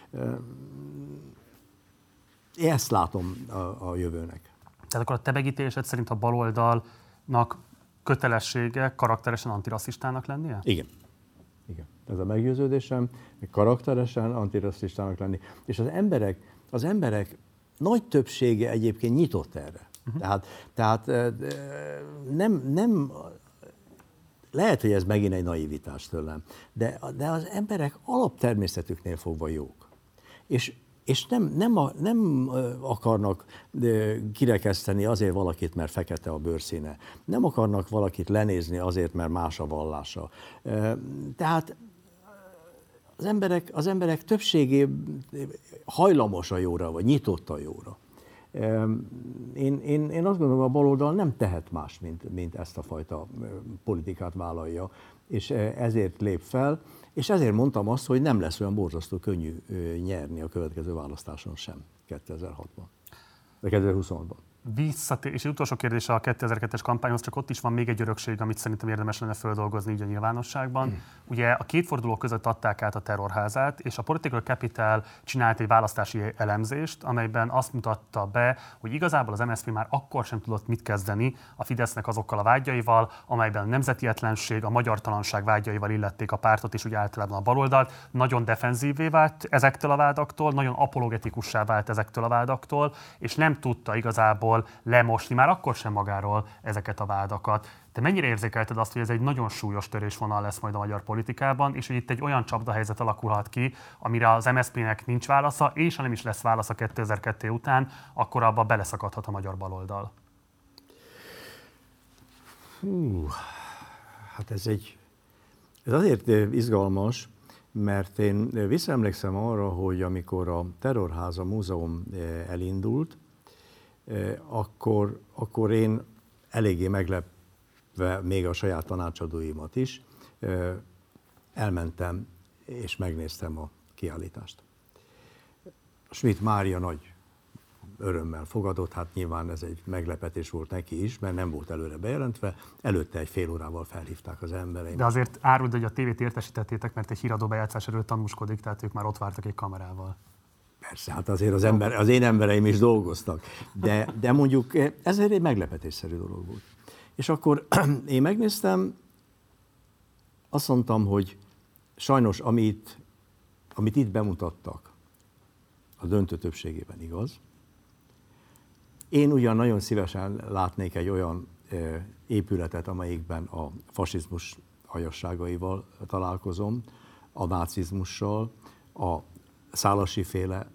Én ezt látom a, a jövőnek. Tehát akkor a te megítélésed szerint a baloldalnak kötelessége karakteresen antirasszistának lennie? Igen. Igen. Ez a meggyőződésem, karakteresen antirasszistának lenni. És az emberek, az emberek nagy többsége egyébként nyitott erre. Uh-huh. Tehát, tehát nem, nem, lehet, hogy ez megint egy naivitás tőlem, de, de az emberek alaptermészetüknél fogva jók. És És nem, nem, a, nem akarnak kirekeszteni azért valakit, mert fekete a bőrszíne. Nem akarnak valakit lenézni azért, mert más a vallása. Tehát az emberek, az emberek többségé hajlamos a jóra, vagy nyitott a jóra. Én, én, én azt gondolom, a baloldal nem tehet más, mint, mint ezt a fajta politikát vállalja, és ezért lép fel. És ezért mondtam azt, hogy nem lesz olyan borzasztó könnyű nyerni a következő választáson sem, kétezer-hatban, de kétezer-huszonhatban. Visszatér, és egy utolsó kérdés a kétezer-kettes kampányhoz, csak ott is van még egy örökség, amit szerintem érdemes lenne földolgozni így a nyilvánosságban. Mm. Ugye a két forduló között adták át a terrorházát, és a Political Capital csinált egy választási elemzést, amelyben azt mutatta be, hogy igazából az em es zé pé már akkor sem tudott mit kezdeni a Fidesznek azokkal a vágyaival, amelyben a nemzetietlenség, a magyartalanság vágyaival illették a pártot, és úgy általában a baloldalt. Nagyon defenzívvé vált ezektől a vádaktól, nagyon apologetikussá vált ezektől a vádaktól, és nem tudta igazából lemosni már akkor sem magáról ezeket a vádakat. Te mennyire érzékelted azt, hogy ez egy nagyon súlyos törésvonal lesz majd a magyar politikában, és hogy itt egy olyan csapdahelyzet alakulhat ki, amire az em es zé pének nincs válasza, és ha nem is lesz válasza kétezer-kettő után, akkor abba beleszakadhat a magyar baloldal? Hú, hát ez egy, ez azért izgalmas, mert én visszaemlékszem arra, hogy amikor a Terrorháza Múzeum elindult, Akkor, akkor én eléggé meglepve még a saját tanácsadóimat is elmentem és megnéztem a kiállítást. Schmidt Mária nagy örömmel fogadott, hát nyilván ez egy meglepetés volt neki is, mert nem volt előre bejelentve, előtte egy fél órával felhívták az embereim. De azért áruld, hogy a tévét értesítettétek, mert egy híradó bejátszás erről tanúskodik, tehát ők már ott vártak egy kamerával. Persze, hát azért az, ember, az én embereim is dolgoztak, de, de mondjuk ez egy meglepetésszerű dolog volt. És akkor én megnéztem, azt mondtam, hogy sajnos amit, amit itt bemutattak, a döntő többségében igaz. Én ugyan nagyon szívesen látnék egy olyan épületet, amelyikben a fasizmus aljasságaival találkozom, a nácizmussal, a Szálasi féle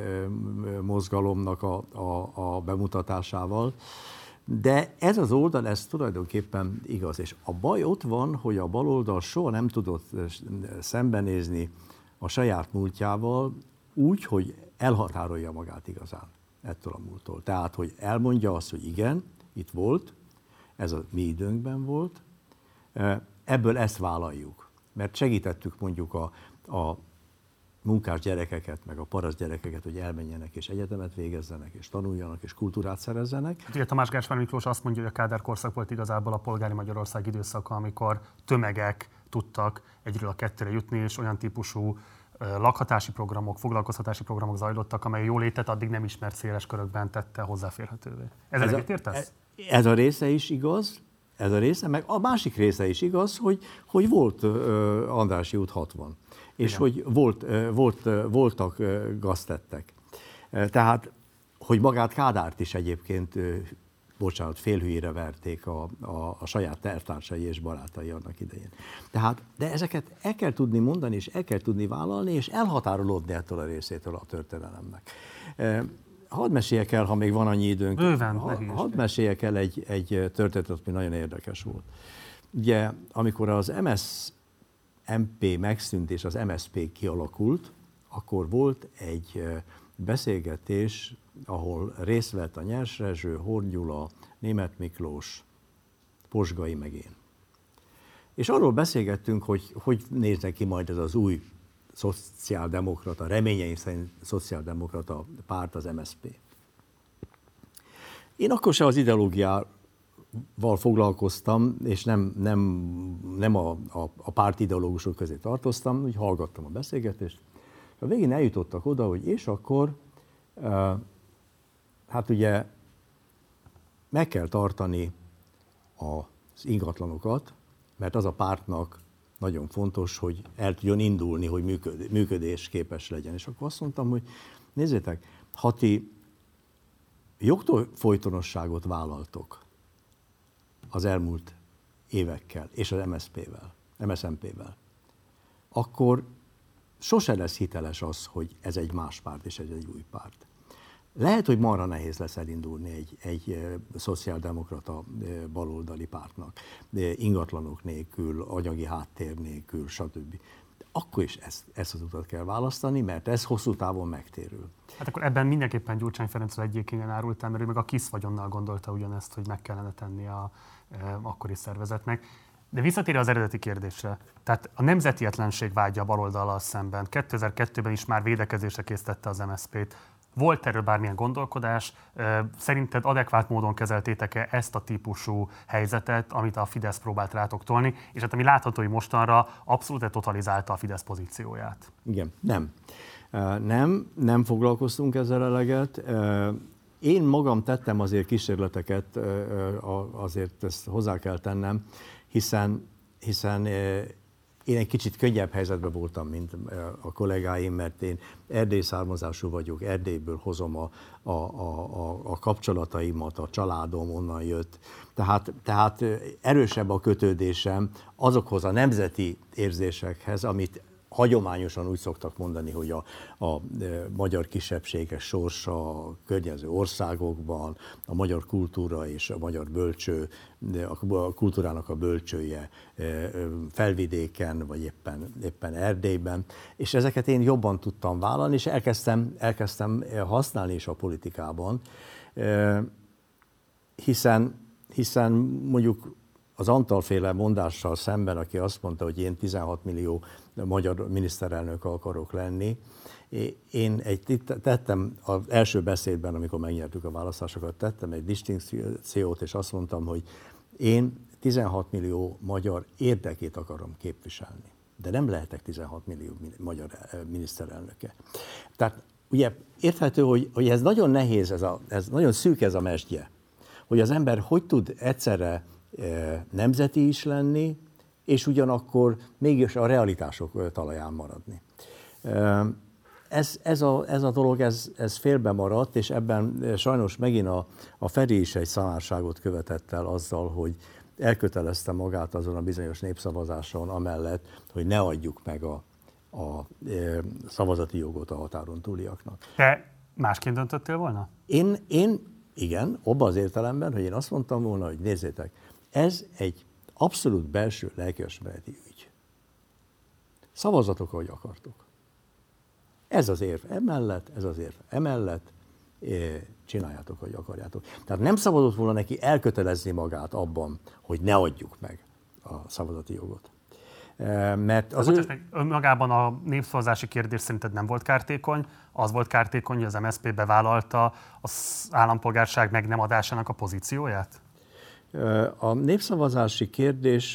mozgalomnak a, a, a bemutatásával. De ez az oldal, ez tulajdonképpen igaz. És a baj ott van, hogy a baloldal soha nem tudott szembenézni a saját múltjával úgy, hogy elhatárolja magát igazán ettől a múlttól. Tehát, hogy elmondja azt, hogy igen, itt volt, ez a mi időnkben volt, ebből ezt vállaljuk. Mert segítettük mondjuk a, a munkás gyerekeket, meg a paraszt gyerekeket, hogy elmenjenek és egyetemet végezzenek, és tanuljanak, és kultúrát szerezzenek. Hát ugye Tamás Gáspár Miklós azt mondja, hogy a Kádár korszak volt igazából a polgári Magyarország időszaka, amikor tömegek tudtak egyről a kettőre jutni, és olyan típusú lakhatási programok, foglalkoztatási programok zajlottak, amely jólétet addig nem ismert széles körökben tette hozzáférhetővé. Ezzel ez egyetértesz? Ez a része is igaz, ez a része, meg a másik része is igaz, hogy, hogy volt uh, Andrássy út hatvan, és igen, hogy volt, uh, volt, uh, voltak uh, gaztettek. Uh, tehát, hogy magát Kádárt is egyébként, uh, bocsánat, félhülyére verték a, a, a saját tervtársai és barátai annak idején. Tehát, de ezeket el kell tudni mondani, és el kell tudni vállalni, és elhatárolódni ettől a részétől a történelemnek. Uh, Hadd meséljek el, ha még van annyi időnk, Bőven, ha, hadd meséljek el egy, egy történetet, ami nagyon érdekes volt. Ugye, amikor az em es zé em pé megszűnt és az em es zé pé kialakult, akkor volt egy beszélgetés, ahol részt vett a Nyers Rezső, Horn Gyula, Németh Miklós, Posgai meg én. És arról beszélgettünk, hogy hogy néz neki majd ez az új szociáldemokrata, reményeim szerint szociáldemokrata párt, az em es zé pé. Én akkor se az ideológiával foglalkoztam, és nem, nem, nem a, a, a párt ideológusok közé tartoztam, úgy hallgattam a beszélgetést. A végén eljutottak oda, hogy és akkor, uh, hát ugye meg kell tartani az ingatlanokat, mert az a pártnak nagyon fontos, hogy el tudjon indulni, hogy működésképes legyen. És akkor azt mondtam, hogy nézzétek, ha ti jogfolytonosságot vállaltok az elmúlt évekkel és az em es zé pével, em es zé em pével, akkor sose lesz hiteles az, hogy ez egy más párt és ez egy új párt. Lehet, hogy marha nehéz lesz elindulni egy, egy szociáldemokrata baloldali pártnak, ingatlanok nélkül, anyagi háttér nélkül, stb. Akkor is ezt, ezt az utat kell választani, mert ez hosszú távon megtérül. Hát akkor ebben mindenképpen Gyurcsány Ferencről egyébként árultál, mert ő meg a KISZ vagyonnal gondolta ugyanezt, hogy meg kellene tenni a e, akkori szervezetnek. De visszatérve az eredeti kérdésre, tehát a nemzetietlenség vágya a baloldallal szemben. kétezer-kettőben is már védekezésre késztette az em es zé pét. Volt erről bármilyen gondolkodás? Szerinted adekvát módon kezeltétek-e ezt a típusú helyzetet, amit a Fidesz próbált rátok tolni, és hát ami látható, hogy mostanra abszolút totalizálta a Fidesz pozícióját? Igen, nem. Nem, nem foglalkoztunk ezzel eleget. Én magam tettem azért kísérleteket, azért ezt hozzá kell tennem, hiszen, hiszen én egy kicsit könnyebb helyzetben voltam, mint a kollégáim, mert én erdélyi származású vagyok, Erdélyből hozom a, a, a, a kapcsolataimat, a családom onnan jött. Tehát, tehát erősebb a kötődésem azokhoz a nemzeti érzésekhez, amit hagyományosan úgy szoktak mondani, hogy a, a magyar kisebbségek sorsa a környező országokban, a magyar kultúra és a magyar bölcső, a kultúrának a bölcsője Felvidéken, vagy éppen, éppen Erdélyben, és ezeket én jobban tudtam vállalni, és elkezdtem, elkezdtem használni is a politikában, hiszen, hiszen mondjuk az Antal-féle mondással szemben, aki azt mondta, hogy én tizenhat millió magyar miniszterelnök akarok lenni, én egy, tettem az első beszédben, amikor megnyertük a választásokat, tettem egy distinkciót, és azt mondtam, hogy én tizenhat millió magyar érdekét akarom képviselni, de nem lehetek tizenhat millió magyar miniszterelnöke. Tehát ugye érthető, hogy, hogy ez nagyon nehéz, ez, a, ez nagyon szűk ez a mesdje, hogy az ember hogy tud egyszerre nemzeti is lenni, és ugyanakkor mégis a realitások talaján maradni. Ez, ez, a, ez a dolog, ez, ez félbe maradt, és ebben sajnos megint a, a Feri is egy szamárságot követett el azzal, hogy elkötelezte magát azon a bizonyos népszavazáson amellett, hogy ne adjuk meg a, a szavazati jogot a határon túliaknak. Te másként döntöttél volna? Én, én igen, abban az értelemben, hogy én azt mondtam volna, hogy nézzétek, ez egy abszolút belső lelkiismereti ügy. Szavazatok, ahogy akartok. Ez az érv emellett, ez az érv emellett, csináljátok, ahogy akarjátok. Tehát nem szabadott volna neki elkötelezni magát abban, hogy ne adjuk meg a szavazati jogot. Mert az ő... Önmagában a népszavazási kérdés szerinted nem volt kártékony, az volt kártékony, hogy az em es zé pé bevállalta az állampolgárság meg nem adásának a pozícióját? A népszavazási kérdés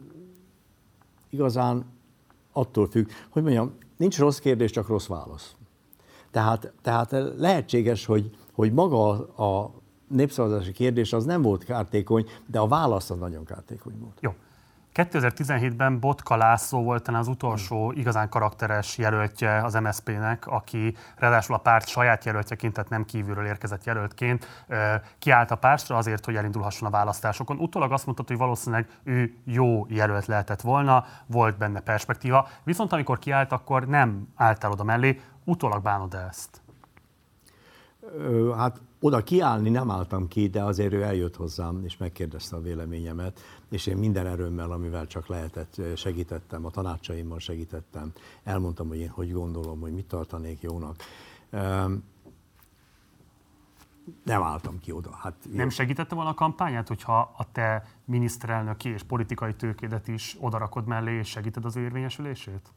igazán attól függ, hogy mondjam, nincs rossz kérdés, csak rossz válasz. Tehát, tehát lehetséges, hogy, hogy maga a népszavazási kérdés az nem volt kártékony, de a válasz az nagyon kártékony volt. Jó. kétezer-tizenhétben Botka László volt talán az utolsó igazán karakteres jelöltje az em es zé pének, aki ráadásul a párt saját jelöltjeként, tehát nem kívülről érkezett jelöltként kiállt a pártra azért, hogy elindulhasson a választásokon. Utólag azt mondta, hogy valószínűleg ő jó jelölt lehetett volna, volt benne perspektíva, viszont amikor kiállt, akkor nem álltál oda mellé. Utólag bánod ezt? Hát oda kiállni nem álltam ki, de azért ő eljött hozzám, és megkérdezte a véleményemet, és én minden erőmmel, amivel csak lehetett, segítettem, a tanácsaimmal segítettem, elmondtam, hogy én hogy gondolom, hogy mit tartanék jónak. Nem álltam ki oda. Hát, nem segítette volna a kampányát, hogyha a te miniszterelnöki és politikai tőkédet is odarakod mellé, és segíted az ő érvényesülését?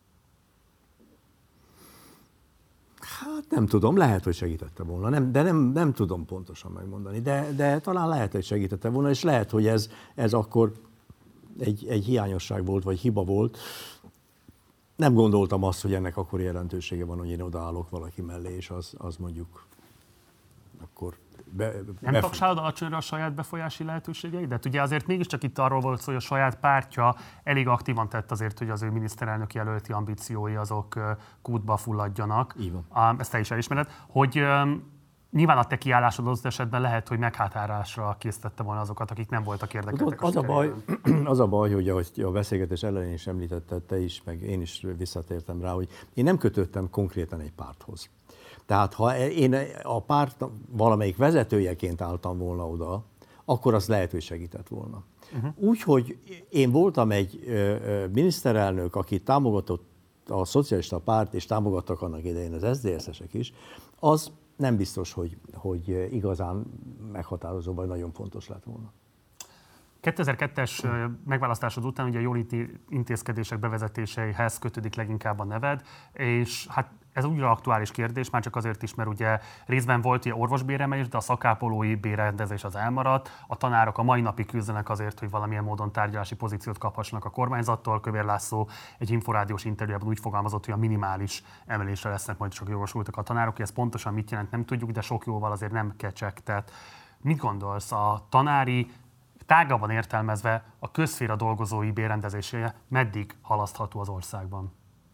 Hát nem tudom, lehet, hogy segítette volna, nem, de nem, nem tudom pontosan megmondani, de, de talán lehet, hogy segítette volna, és lehet, hogy ez, ez akkor egy, egy hiányosság volt, vagy hiba volt. Nem gondoltam azt, hogy ennek akkor jelentősége van, hogy én odaállok valaki mellé, és az, az mondjuk akkor be, nem tagsálod alacsonyra a saját befolyási lehetőségeit? De ugye azért mégiscsak itt arról volt szó, hogy a saját pártja elég aktívan tett azért, hogy az ő miniszterelnök jelölti ambíciói azok kútba fulladjanak. Így van. Ezt te is elismered, hogy nyilván a te kiállásod az esetben lehet, hogy meghátárásra késztette volna azokat, akik nem voltak érdekeltek. Az a, baj, az a baj, hogy ahogy a beszélgetés elején is említetted, te is, meg én is visszatértem rá, hogy én nem kötöttem konkrétan egy párthoz. Tehát ha én a párt valamelyik vezetőjeként álltam volna oda, akkor az lehet, hogy segített volna. Uh-huh. Úgyhogy én voltam egy miniszterelnök, aki támogatott a szocialista párt, és támogattak annak idején az es zé dé es-esek is, az nem biztos, hogy, hogy igazán meghatározó, vagy nagyon fontos lett volna. kétezer-kettes megválasztásod után ugye a jóléti intézkedések bevezetéseihez kötődik leginkább a neved, és hát Ez újra aktuális kérdés, már csak azért is, mert ugye részben volt ugye orvosbéremelés, de a szakápolói bérrendezés az elmaradt. A tanárok a mai napig küzdenek azért, hogy valamilyen módon tárgyalási pozíciót kaphassanak a kormányzattól. Kövér László egy inforádiós interjúban úgy fogalmazott, hogy a minimális emelésre lesznek majd csak jogosultak a tanárok. Ez pontosan mit jelent, nem tudjuk, de sok jóval azért nem kecsegtet. Mit gondolsz, a tanári, tágabban értelmezve a közszféra dolgozói bérrendezésére meddig halasztható az országban?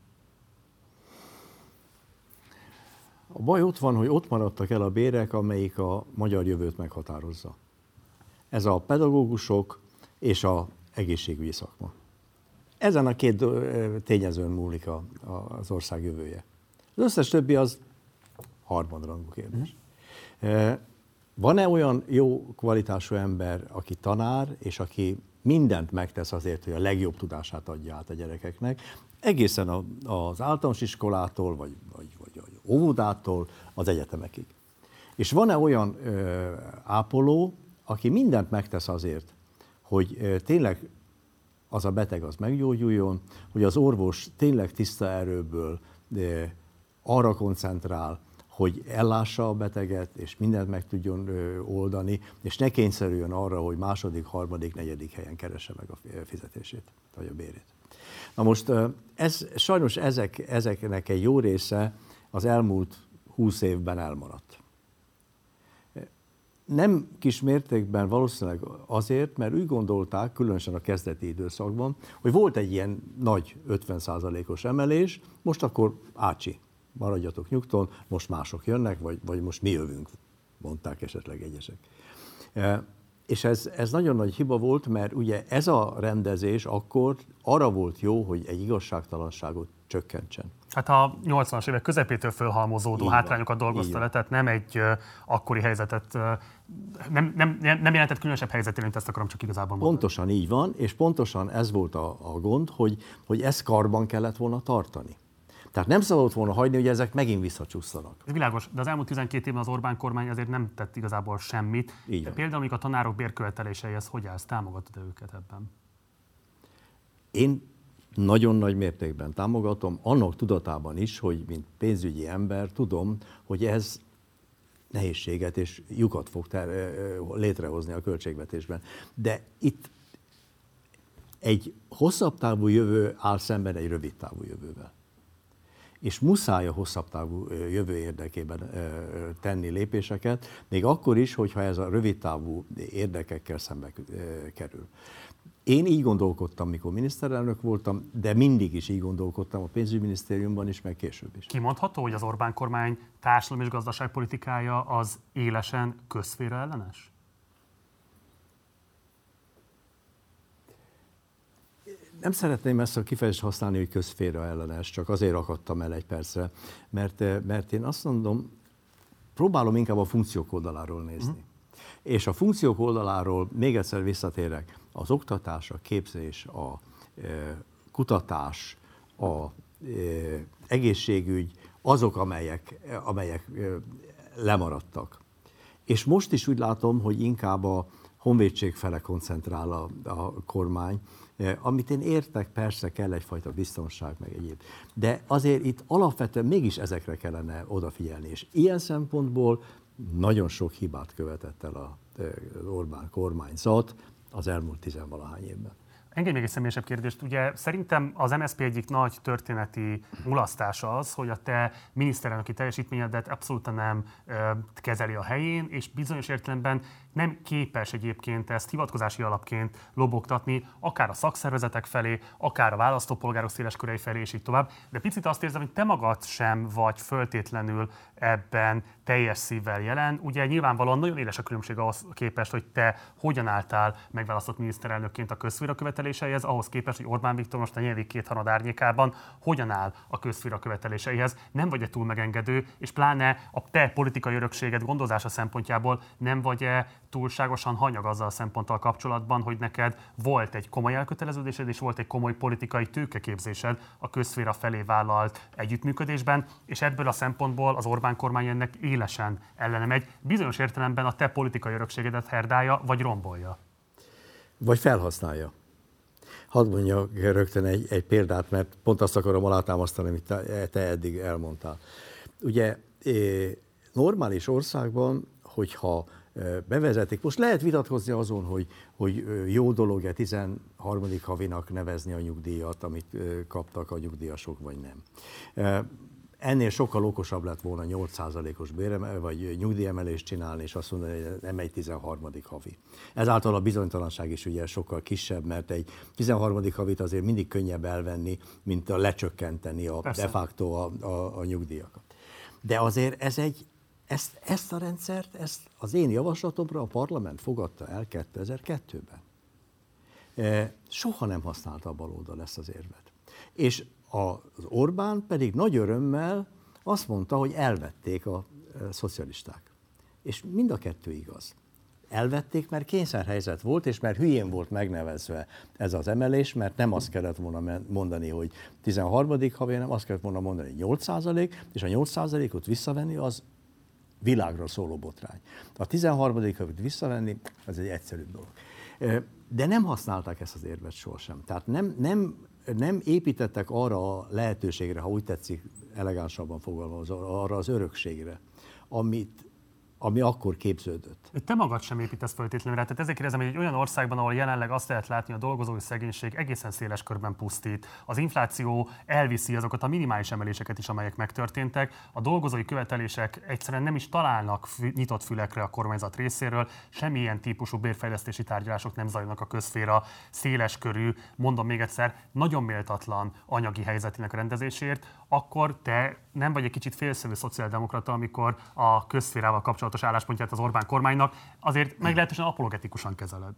A baj ott van, hogy ott maradtak el a bérek, amelyik a magyar jövőt meghatározza. Ez a pedagógusok és az egészségügyi szakma. Ezen a két tényezőn múlik a, a, az ország jövője. Az összes többi az harmadrangú kérdés. Mm. Van-e olyan jó kvalitású ember, aki tanár, és aki mindent megtesz azért, hogy a legjobb tudását adja át a gyerekeknek, egészen az általános iskolától, vagy, vagy, vagy óvodától az egyetemekig. És van-e olyan ö, ápoló, aki mindent megtesz azért, hogy ö, tényleg az a beteg az meggyógyuljon, hogy az orvos tényleg tiszta erőből ö, arra koncentrál, hogy ellássa a beteget, és mindent meg tudjon ö, oldani, és ne kényszerüljön arra, hogy második, harmadik, negyedik helyen keresse meg a fizetését, vagy a bérét. Na most ez, sajnos ezek, ezeknek egy jó része az elmúlt húsz évben elmaradt. Nem kis mértékben valószínűleg azért, mert úgy gondolták, különösen a kezdeti időszakban, hogy volt egy ilyen nagy ötven százalékos emelés, most akkor ácsi, maradjatok nyugton, most mások jönnek, vagy, vagy most mi jövünk, mondták esetleg egyesek. És ez, ez nagyon nagy hiba volt, mert ugye ez a rendezés akkor arra volt jó, hogy egy igazságtalanságot csökkentsen. Hát a nyolcvanas évek közepétől fölhalmozódó így hátrányokat dolgozta le, tehát nem egy uh, akkori helyzetet, uh, nem, nem, nem jelentett különösebb helyzetet, mint ezt akarom csak igazából mondani. Pontosan így van, és pontosan ez volt a, a gond, hogy, hogy ezt karban kellett volna tartani. Tehát nem szabad volna hagyni, hogy ezek megint visszacsúszanak. Ez világos, de az elmúlt tizenkét évben az Orbán kormány azért nem tett igazából semmit. De például, amik a tanárok bérköveteléseihez, hogy állsz, támogatod őket ebben? Én nagyon nagy mértékben támogatom, annak tudatában is, hogy mint pénzügyi ember tudom, hogy ez nehézséget és lyukat fog ter- létrehozni a költségvetésben. De itt egy hosszabb távú jövő áll szemben egy rövid távú jövővel. És muszáj a hosszabb távú jövő érdekében tenni lépéseket, még akkor is, hogyha ez a rövid távú érdekekkel szembe kerül. Én így gondolkodtam, mikor miniszterelnök voltam, de mindig is így gondolkodtam a pénzügyminisztériumban is, meg később is. Kimondható, hogy az Orbán kormány társadalmi és gazdaságpolitikája az élesen közszféra ellenes? Nem szeretném ezt a kifejezést használni, hogy közszféra ellenes, csak azért akadtam el egy percre, mert, mert én azt mondom, próbálom inkább a funkciók oldaláról nézni. Uh-huh. És a funkciók oldaláról még egyszer visszatérek, az oktatás, a képzés, a e, kutatás, a e, egészségügy, azok, amelyek, amelyek e, lemaradtak. És most is úgy látom, hogy inkább a honvédség fele koncentrál a, a kormány, amit én értek, persze kell egyfajta biztonság, meg egyéb. De azért itt alapvetően mégis ezekre kellene odafigyelni. És ilyen szempontból nagyon sok hibát követett el az Orbán kormányzat az elmúlt tizenvalahány évben. Engedj még egy személyesebb kérdést. Ugye szerintem az em es zé pé egyik nagy történeti mulasztása az, hogy a te miniszterelnöki teljesítményedet abszolút nem ö, kezeli a helyén, és bizonyos értelemben nem képes egyébként ezt hivatkozási alapként lobogtatni, akár a szakszervezetek felé, akár a választópolgárok széles körei felé, és így tovább. De picit azt érzem, hogy te magad sem vagy föltétlenül ebben teljes szívvel jelen. Ugye nyilvánvalóan nagyon éles a különbség ahhoz képest, hogy te hogyan álltál megválasztott miniszterelnökként a közszféra követeléseihez, ahhoz képest, hogy Orbán Viktor most a nyelvi kétharmad árnyékában hogyan áll a közszféra követeléseihez. Nem vagy-e túl megengedő, és pláne a te politikai örökséged gondozása szempontjából nem vagy-e túlságosan hanyag azzal a szemponttal kapcsolatban, hogy neked volt egy komoly elköteleződésed, és volt egy komoly politikai tőkeképzésed a közszféra felé vállalt együttműködésben, és ebből a szempontból az Orbán kormány ennek élesen ellene megy. Bizonyos értelemben a te politikai örökségedet herdálja, vagy rombolja? Vagy felhasználja. Hadd mondjak rögtön egy, egy példát, mert pont azt akarom alátámasztani, amit te, te eddig elmondtál. Ugye normális országban, hogyha bevezetik, most lehet vitatkozni azon, hogy, hogy jó dolog-e tizenharmadik havinak nevezni a nyugdíjat, amit kaptak a nyugdíjasok, vagy nem. Ennél sokkal okosabb lett volna nyolc százalékos béremel, vagy nyugdíjemelést csinálni, és azt mondani, hogy nem egy tizenharmadik havi. Ezáltal a bizonytalanság is ugye sokkal kisebb, mert egy tizenharmadik havit azért mindig könnyebb elvenni, mint a lecsökkenteni a, de facto a, a, a nyugdíjakat. De azért ez egy, ezt, ezt a rendszert, ezt az én javaslatomra a parlament fogadta el kétezer-kettőben. Soha nem használta a baloldal ezt az érvet. És az Orbán pedig nagy örömmel azt mondta, hogy elvették a szocialisták. És mind a kettő igaz. Elvették, mert kényszerhelyzet volt, és mert hülyén volt megnevezve ez az emelés, mert nem azt kellett volna mondani, hogy tizenharmadik havi, nem azt kellett volna mondani, hogy nyolc százalék, és a nyolc százalékot visszavenni az világra szóló botrány. A tizenharmadik havit visszavenni, ez egy egyszerűbb dolog. De nem használták ezt az érvet sohasem. Tehát nem, nem nem építettek arra a lehetőségre, ha úgy tetszik, elegánsabban fogalmazva, arra az örökségre, amit, ami akkor képződött. Te magad sem építesz feltétlenül rá. Tehát ezért kérdezem, hogy egy olyan országban, ahol jelenleg azt lehet látni, hogy a dolgozói szegénység egészen széles körben pusztít, az infláció elviszi azokat a minimális emeléseket is, amelyek megtörténtek, a dolgozói követelések egyszerűen nem is találnak fü- nyitott fülekre a kormányzat részéről, semmilyen típusú bérfejlesztési tárgyalások nem zajlanak a közszféra széles körű, mondom még egyszer, nagyon méltatlan anyagi helyzetének a rendezéséért, akkor te nem vagy egy kicsit félszövő szociáldemokrata, amikor a közszférával kapcsolatos álláspontját az Orbán kormánynak azért meglehetősen apologetikusan kezeled.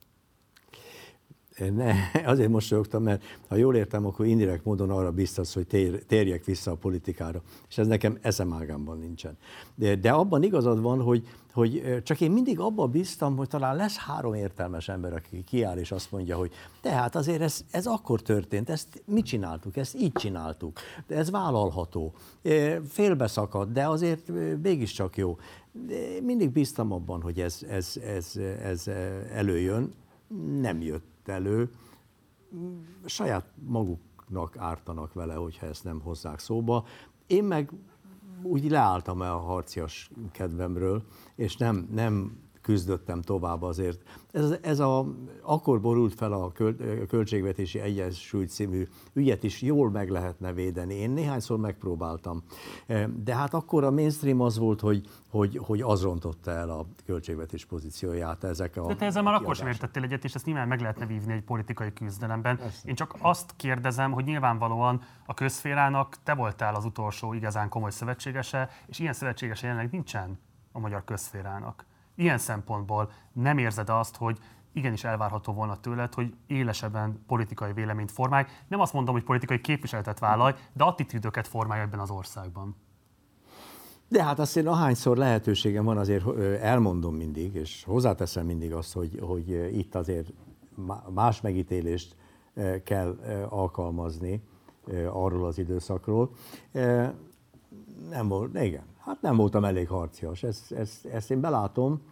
Ne, azért mosolyogtam, mert ha jól értem, akkor indirekt módon arra biztos, hogy tér, térjek vissza a politikára. És ez nekem eszemágamban nincsen. De, de abban igazad van, hogy, hogy csak én mindig abban bíztam, hogy talán lesz három értelmes ember, aki kiáll és azt mondja, hogy tehát azért ez, ez akkor történt, ezt mi csináltuk, ezt így csináltuk, de ez vállalható, félbeszakadt, de azért mégiscsak jó. De mindig bíztam abban, hogy ez, ez, ez, ez előjön, nem jött elő, saját maguknak ártanak vele, hogyha ezt nem hozzák szóba. Én meg úgy leálltam el a harcias kedvemről, és nem, nem küzdöttem tovább azért. Ez, ez a, akkor borult fel a Költségvetési Egyensúly című ügyet is jól meg lehetne védeni. Én néhányszor megpróbáltam. De hát akkor a mainstream az volt, hogy, hogy, hogy az rontotta el a költségvetés pozícióját. Ezek a De te ezzel már akkor sem értettél egyet, és ezt nyilván meg lehetne vívni egy politikai küzdelemben. Persze. Én csak azt kérdezem, hogy nyilvánvalóan a közszférának te voltál az utolsó igazán komoly szövetségese, és ilyen szövetségese jelenleg nincsen a magyar közszférának. Ilyen szempontból nem érzed azt, hogy igenis elvárható volna tőled, hogy élesebben politikai véleményt formálj. Nem azt mondom, hogy politikai képviseletet vállalj, de attitűdöket formálj ebben az országban. De hát azt én ahányszor lehetőségem van, azért elmondom mindig, és hozzáteszem mindig azt, hogy, hogy itt azért más megítélést kell alkalmazni arról az időszakról. Nem volt, igen. Hát nem voltam elég harcias, ezt, ezt, ezt én belátom.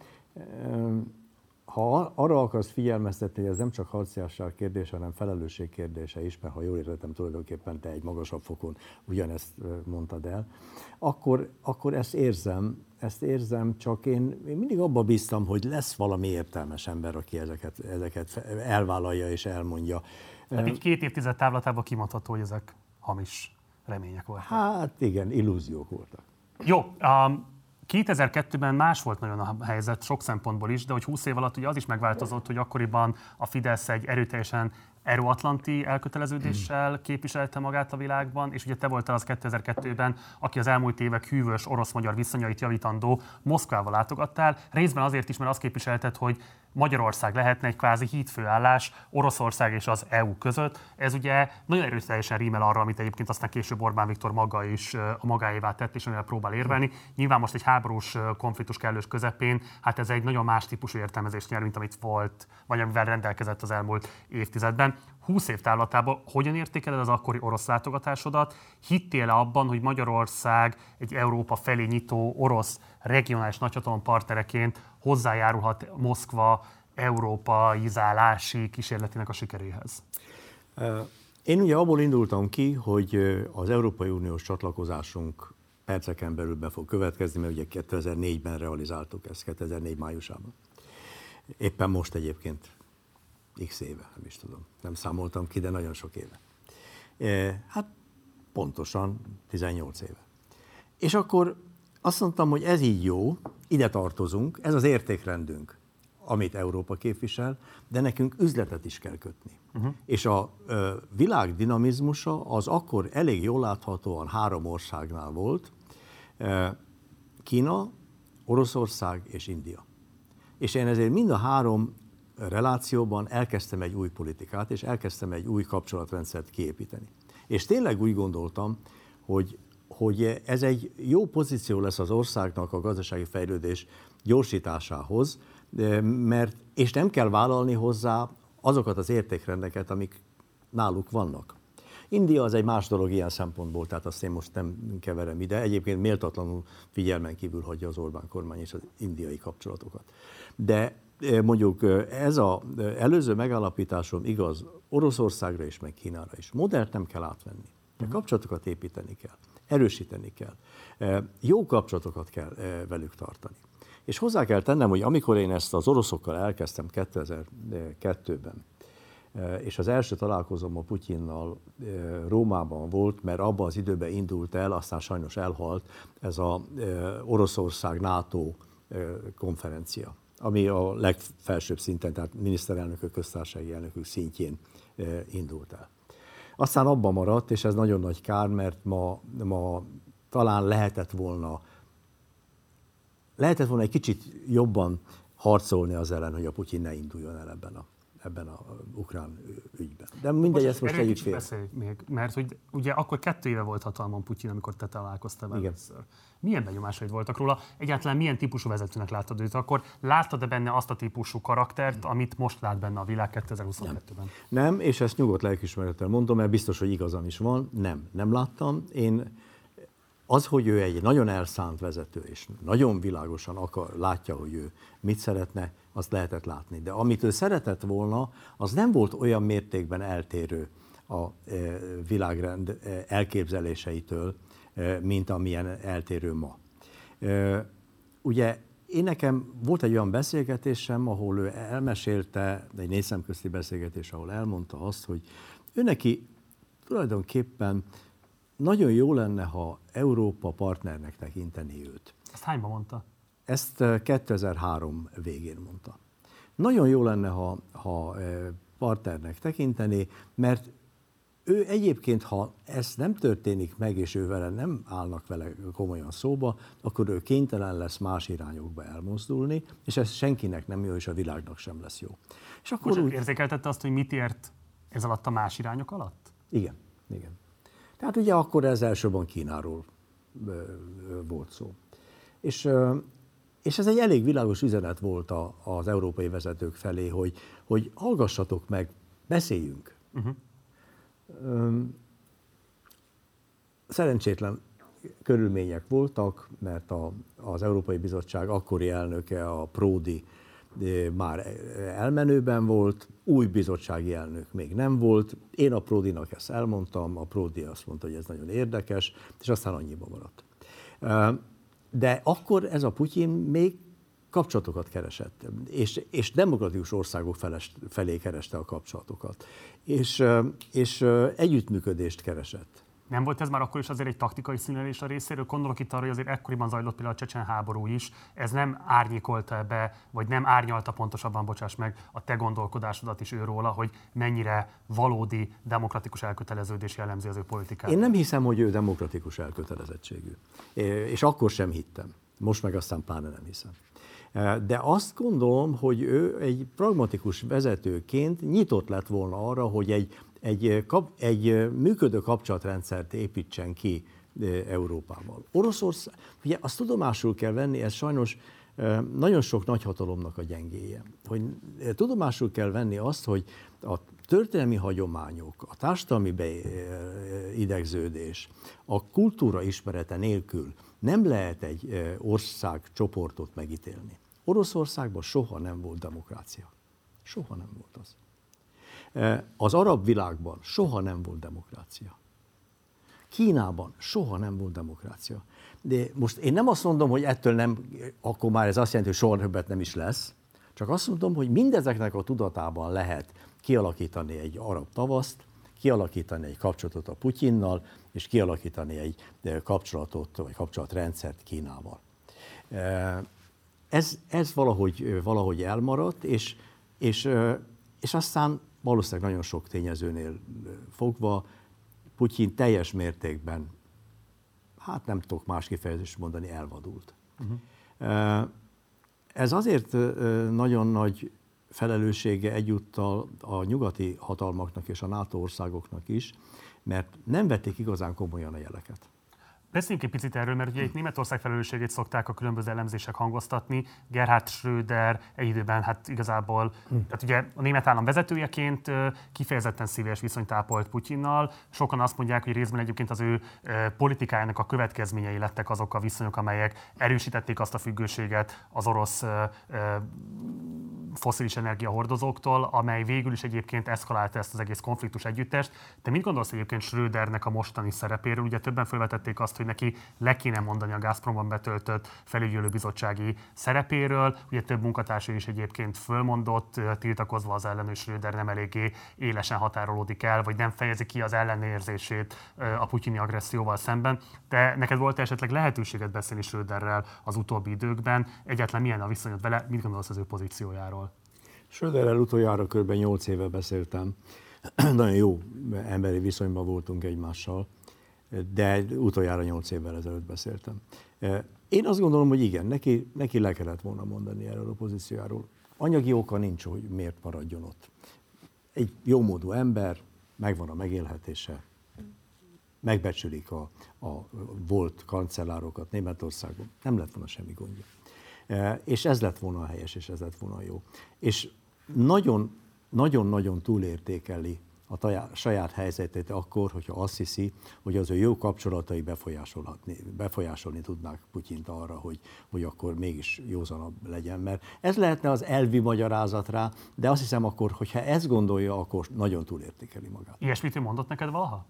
Ha arra akarsz figyelmeztetni, hogy ez nem csak harciasság kérdése, hanem felelősség kérdése is, mert ha jól értettem, tulajdonképpen te egy magasabb fokon ugyanezt mondtad el, akkor, akkor ezt érzem, ezt érzem, csak én, én mindig abba bíztam, hogy lesz valami értelmes ember, aki ezeket, ezeket elvállalja és elmondja. Hát így két évtized távlatában kimondható, hogy ezek hamis remények voltak. Hát igen, illúziók voltak. Jó, um, kétezer-kettőben más volt nagyon a helyzet sok szempontból is, de hogy húsz év alatt ugye az is megváltozott, hogy akkoriban a Fidesz egy erőteljesen euróatlanti elköteleződéssel képviselte magát a világban, és ugye te voltál az kétezer-kettőben, aki az elmúlt évek hűvös orosz-magyar viszonyait javítandó Moszkvába látogattál, részben azért is, mert azt képviselted, hogy Magyarország lehetne egy kvázi hídfőállás Oroszország és az é u között. Ez ugye nagyon erőteljesen rímel arra, amit egyébként aztán később Orbán Viktor maga is a magáévá tett, és amivel próbál érvelni. Nyilván most egy háborús konfliktus kellős közepén, hát ez egy nagyon más típusú értelmezést nyer, mint amit volt, vagy amivel rendelkezett az elmúlt évtizedben. húsz év távlatában hogyan értékeled az akkori orosz látogatásodat? Hittél-e abban, hogy Magyarország egy Európa felé nyitó orosz regionális nagyhatalom partnereként hozzájárulhat Moszkva európaizálási kísérletének a sikeréhez? Én ugye abból indultam ki, hogy az Európai Uniós csatlakozásunk perceken belül be fog következni, mert ugye kétezer-négyben realizáltuk ezt, kétezer-négy májusában. Éppen most egyébként x éve, nem is tudom, nem számoltam ki, de nagyon sok éve. Hát pontosan tizennyolc éve. És akkor azt mondtam, hogy ez így jó, ide tartozunk, ez az értékrendünk, amit Európa képvisel, de nekünk üzletet is kell kötni. Uh-huh. És a ö, világ dinamizmusa az akkor elég jól láthatóan három országnál volt, Kína, Oroszország és India. És én ezért mind a három relációban elkezdtem egy új politikát, és elkezdtem egy új kapcsolatrendszert kiépíteni. És tényleg úgy gondoltam, hogy, hogy ez egy jó pozíció lesz az országnak a gazdasági fejlődés gyorsításához, mert, és nem kell vállalni hozzá azokat az értékrendeket, amik náluk vannak. India az egy más dolog ilyen szempontból, tehát azt én most nem keverem ide. Egyébként méltatlanul figyelmen kívül hagyja az Orbán kormány és az indiai kapcsolatokat. De mondjuk ez az előző megállapításom igaz Oroszországra és meg Kínára is. Modellt nem kell átvenni. De kapcsolatokat építeni kell, erősíteni kell. Jó kapcsolatokat kell velük tartani. És hozzá kell tennem, hogy amikor én ezt az oroszokkal elkezdtem kétezer-kettőben, és az első találkozom a Putyinnal Rómában volt, mert abban az időben indult el, aztán sajnos elhalt ez az Oroszország-NATO konferencia, ami a legfelsőbb szinten, tehát miniszterelnökök, köztársasági elnökök szintjén indult el. Aztán abban maradt, és ez nagyon nagy kár, mert ma, ma talán lehetett volna, lehetett volna egy kicsit jobban harcolni az ellen, hogy a Putyin ne induljon el ebben a ebben az ukrán ügyben. De mindegy, ezt most tegyük félre. Beszélj még, mert hogy ugye akkor kettő éve volt hatalmon Putyin, amikor te találkoztál vele először. Milyen benyomásaid voltak róla? Egyáltalán milyen típusú vezetőnek láttad őt? Akkor láttad-e benne azt a típusú karaktert, amit most lát benne a világ kétezer-huszonkettőben? Nem, nem, és ezt nyugodt lelkiismerettel mondom, mert biztos, hogy igazam is van. Nem, nem láttam. Én az, hogy ő egy nagyon elszánt vezető, és nagyon világosan akar, látja, hogy ő mit szeretne, azt lehetett látni. De amit ő szeretett volna, az nem volt olyan mértékben eltérő a világrend elképzeléseitől, mint amilyen eltérő ma. Ugye én nekem volt egy olyan beszélgetésem, ahol ő elmesélte, egy négy szemközti beszélgetés, ahol elmondta azt, hogy ő neki tulajdonképpen nagyon jó lenne, ha Európa partnernek tekinteni őt. Ezt hányban mondta? Ezt kétezer-három végén mondta. Nagyon jó lenne, ha, ha partnernek tekinteni, mert ő egyébként, ha ez nem történik meg, és ő vele nem állnak vele komolyan szóba, akkor ő kénytelen lesz más irányokba elmozdulni, és ez senkinek nem jó, és a világnak sem lesz jó. És akkor úgy... érzékeltette azt, hogy mit ért ez alatt a más irányok alatt? Igen, igen. Tehát ugye akkor ez elsősorban Kínáról volt szó. És, és ez egy elég világos üzenet volt a, az európai vezetők felé, hogy, hogy hallgassatok meg, beszéljünk. Uh-huh. Szerencsétlen körülmények voltak, mert a, az Európai Bizottság akkori elnöke, a Prodi már elmenőben volt, új bizottsági elnök még nem volt. Én a Prodinak ezt elmondtam, a Prodi azt mondta, hogy ez nagyon érdekes, és aztán annyiba maradt. De akkor ez a Putyin még kapcsolatokat keresett, és, és demokratikus országok feles, felé kereste a kapcsolatokat, és, és együttműködést keresett. Nem volt ez már akkor is azért egy taktikai színelés a részéről? Gondolok itt arra, hogy azért ekkoriban zajlott például a csecsen háború is, ez nem árnyékolta be, vagy nem árnyalta pontosabban, bocsáss meg, a te gondolkodásodat is ő róla, hogy mennyire valódi demokratikus elköteleződés jellemzi az ő politikáját. Én nem hiszem, hogy ő demokratikus elkötelezettségű, és akkor sem hittem. Most meg aztán pláne nem hiszem. De azt gondolom, hogy ő egy pragmatikus vezetőként nyitott lett volna arra, hogy egy Egy, kap, egy működő kapcsolatrendszert építsen ki Európával. Oroszország, ugye azt tudomásul kell venni, ez sajnos nagyon sok nagyhatalomnak a gyengéje, hogy tudomásul kell venni azt, hogy a történelmi hagyományok, a társadalmi beidegződés, a kultúra ismerete nélkül nem lehet egy ország csoportot megítélni. Oroszországban soha nem volt demokrácia. Soha nem volt az. Az arab világban soha nem volt demokrácia. Kínában soha nem volt demokrácia. De most én nem azt mondom, hogy ettől nem, akkor már ez azt jelenti, hogy soha többet nem is lesz, csak azt mondom, hogy mindezeknek a tudatában lehet kialakítani egy arab tavaszt, kialakítani egy kapcsolatot a Putyinnal, és kialakítani egy kapcsolatot, vagy kapcsolatrendszert Kínával. Ez, ez valahogy, valahogy elmaradt, és, és, és aztán valószínűleg nagyon sok tényezőnél fogva Putyin teljes mértékben, hát nem tudok más kifejezést mondani, elvadult. Uh-huh. Ez azért nagyon nagy felelőssége egyúttal a nyugati hatalmaknak és a NATO országoknak is, mert nem vették igazán komolyan a jeleket. Beszéljünk egy picit erről, mert ugye itt Németország felelősségét szokták a különböző elemzések hangoztatni. Gerhard Schröder egy időben hát igazából, hmm. tehát ugye a német állam vezetőjeként kifejezetten szíves viszonyt ápolt Putyinnal. Sokan azt mondják, hogy részben egyébként az ő politikájának a következményei lettek azok a viszonyok, amelyek erősítették azt a függőséget az orosz fosszilis energiahordozóktól, amely végül is egyébként eszkalálta ezt az egész konfliktus együttest. Te mit gondolsz egyébként Schrödernek a mostani szerepéről? Ugye többen felvetették azt, hogy neki le kéne mondani a Gazpromban betöltött felügyelőbizottsági szerepéről. Ugye több munkatársa is egyébként fölmondott, tiltakozva az ellen, hogy Schröder nem eléggé élesen határolódik el, vagy nem fejezi ki az ellenérzését a putyini agresszióval szemben. De neked volt esetleg lehetőséget beszélni Schröderrel az utóbbi időkben? Egyáltalán milyen a viszonyod vele? Mit gondolsz az ő pozíciójáról? Schröderrel utoljára kb. nyolc éve beszéltem. Nagyon jó emberi viszonyban voltunk egymással, de utoljára nyolc évvel ezelőtt beszéltem. Én azt gondolom, hogy igen, neki, neki le kellett volna mondani erről a pozíciójáról. Anyagi oka nincs, hogy miért maradjon ott. Egy jómódú ember, megvan a megélhetése, megbecsülik a, a volt kancellárokat Németországban, nem lett volna semmi gondja. És ez lett volna a helyes, és ez lett volna a jó. És nagyon-nagyon túlértékeli a tajá, saját helyzetét akkor, hogyha azt hiszi, hogy az ő jó kapcsolatai befolyásolhatni, befolyásolni tudnák Putyint arra, hogy, hogy akkor mégis józanabb legyen. Mert ez lehetne az elvi magyarázat rá, de azt hiszem akkor, hogyha ezt gondolja, akkor nagyon túlértékeli magát. Ilyesmit ő mondott neked valaha?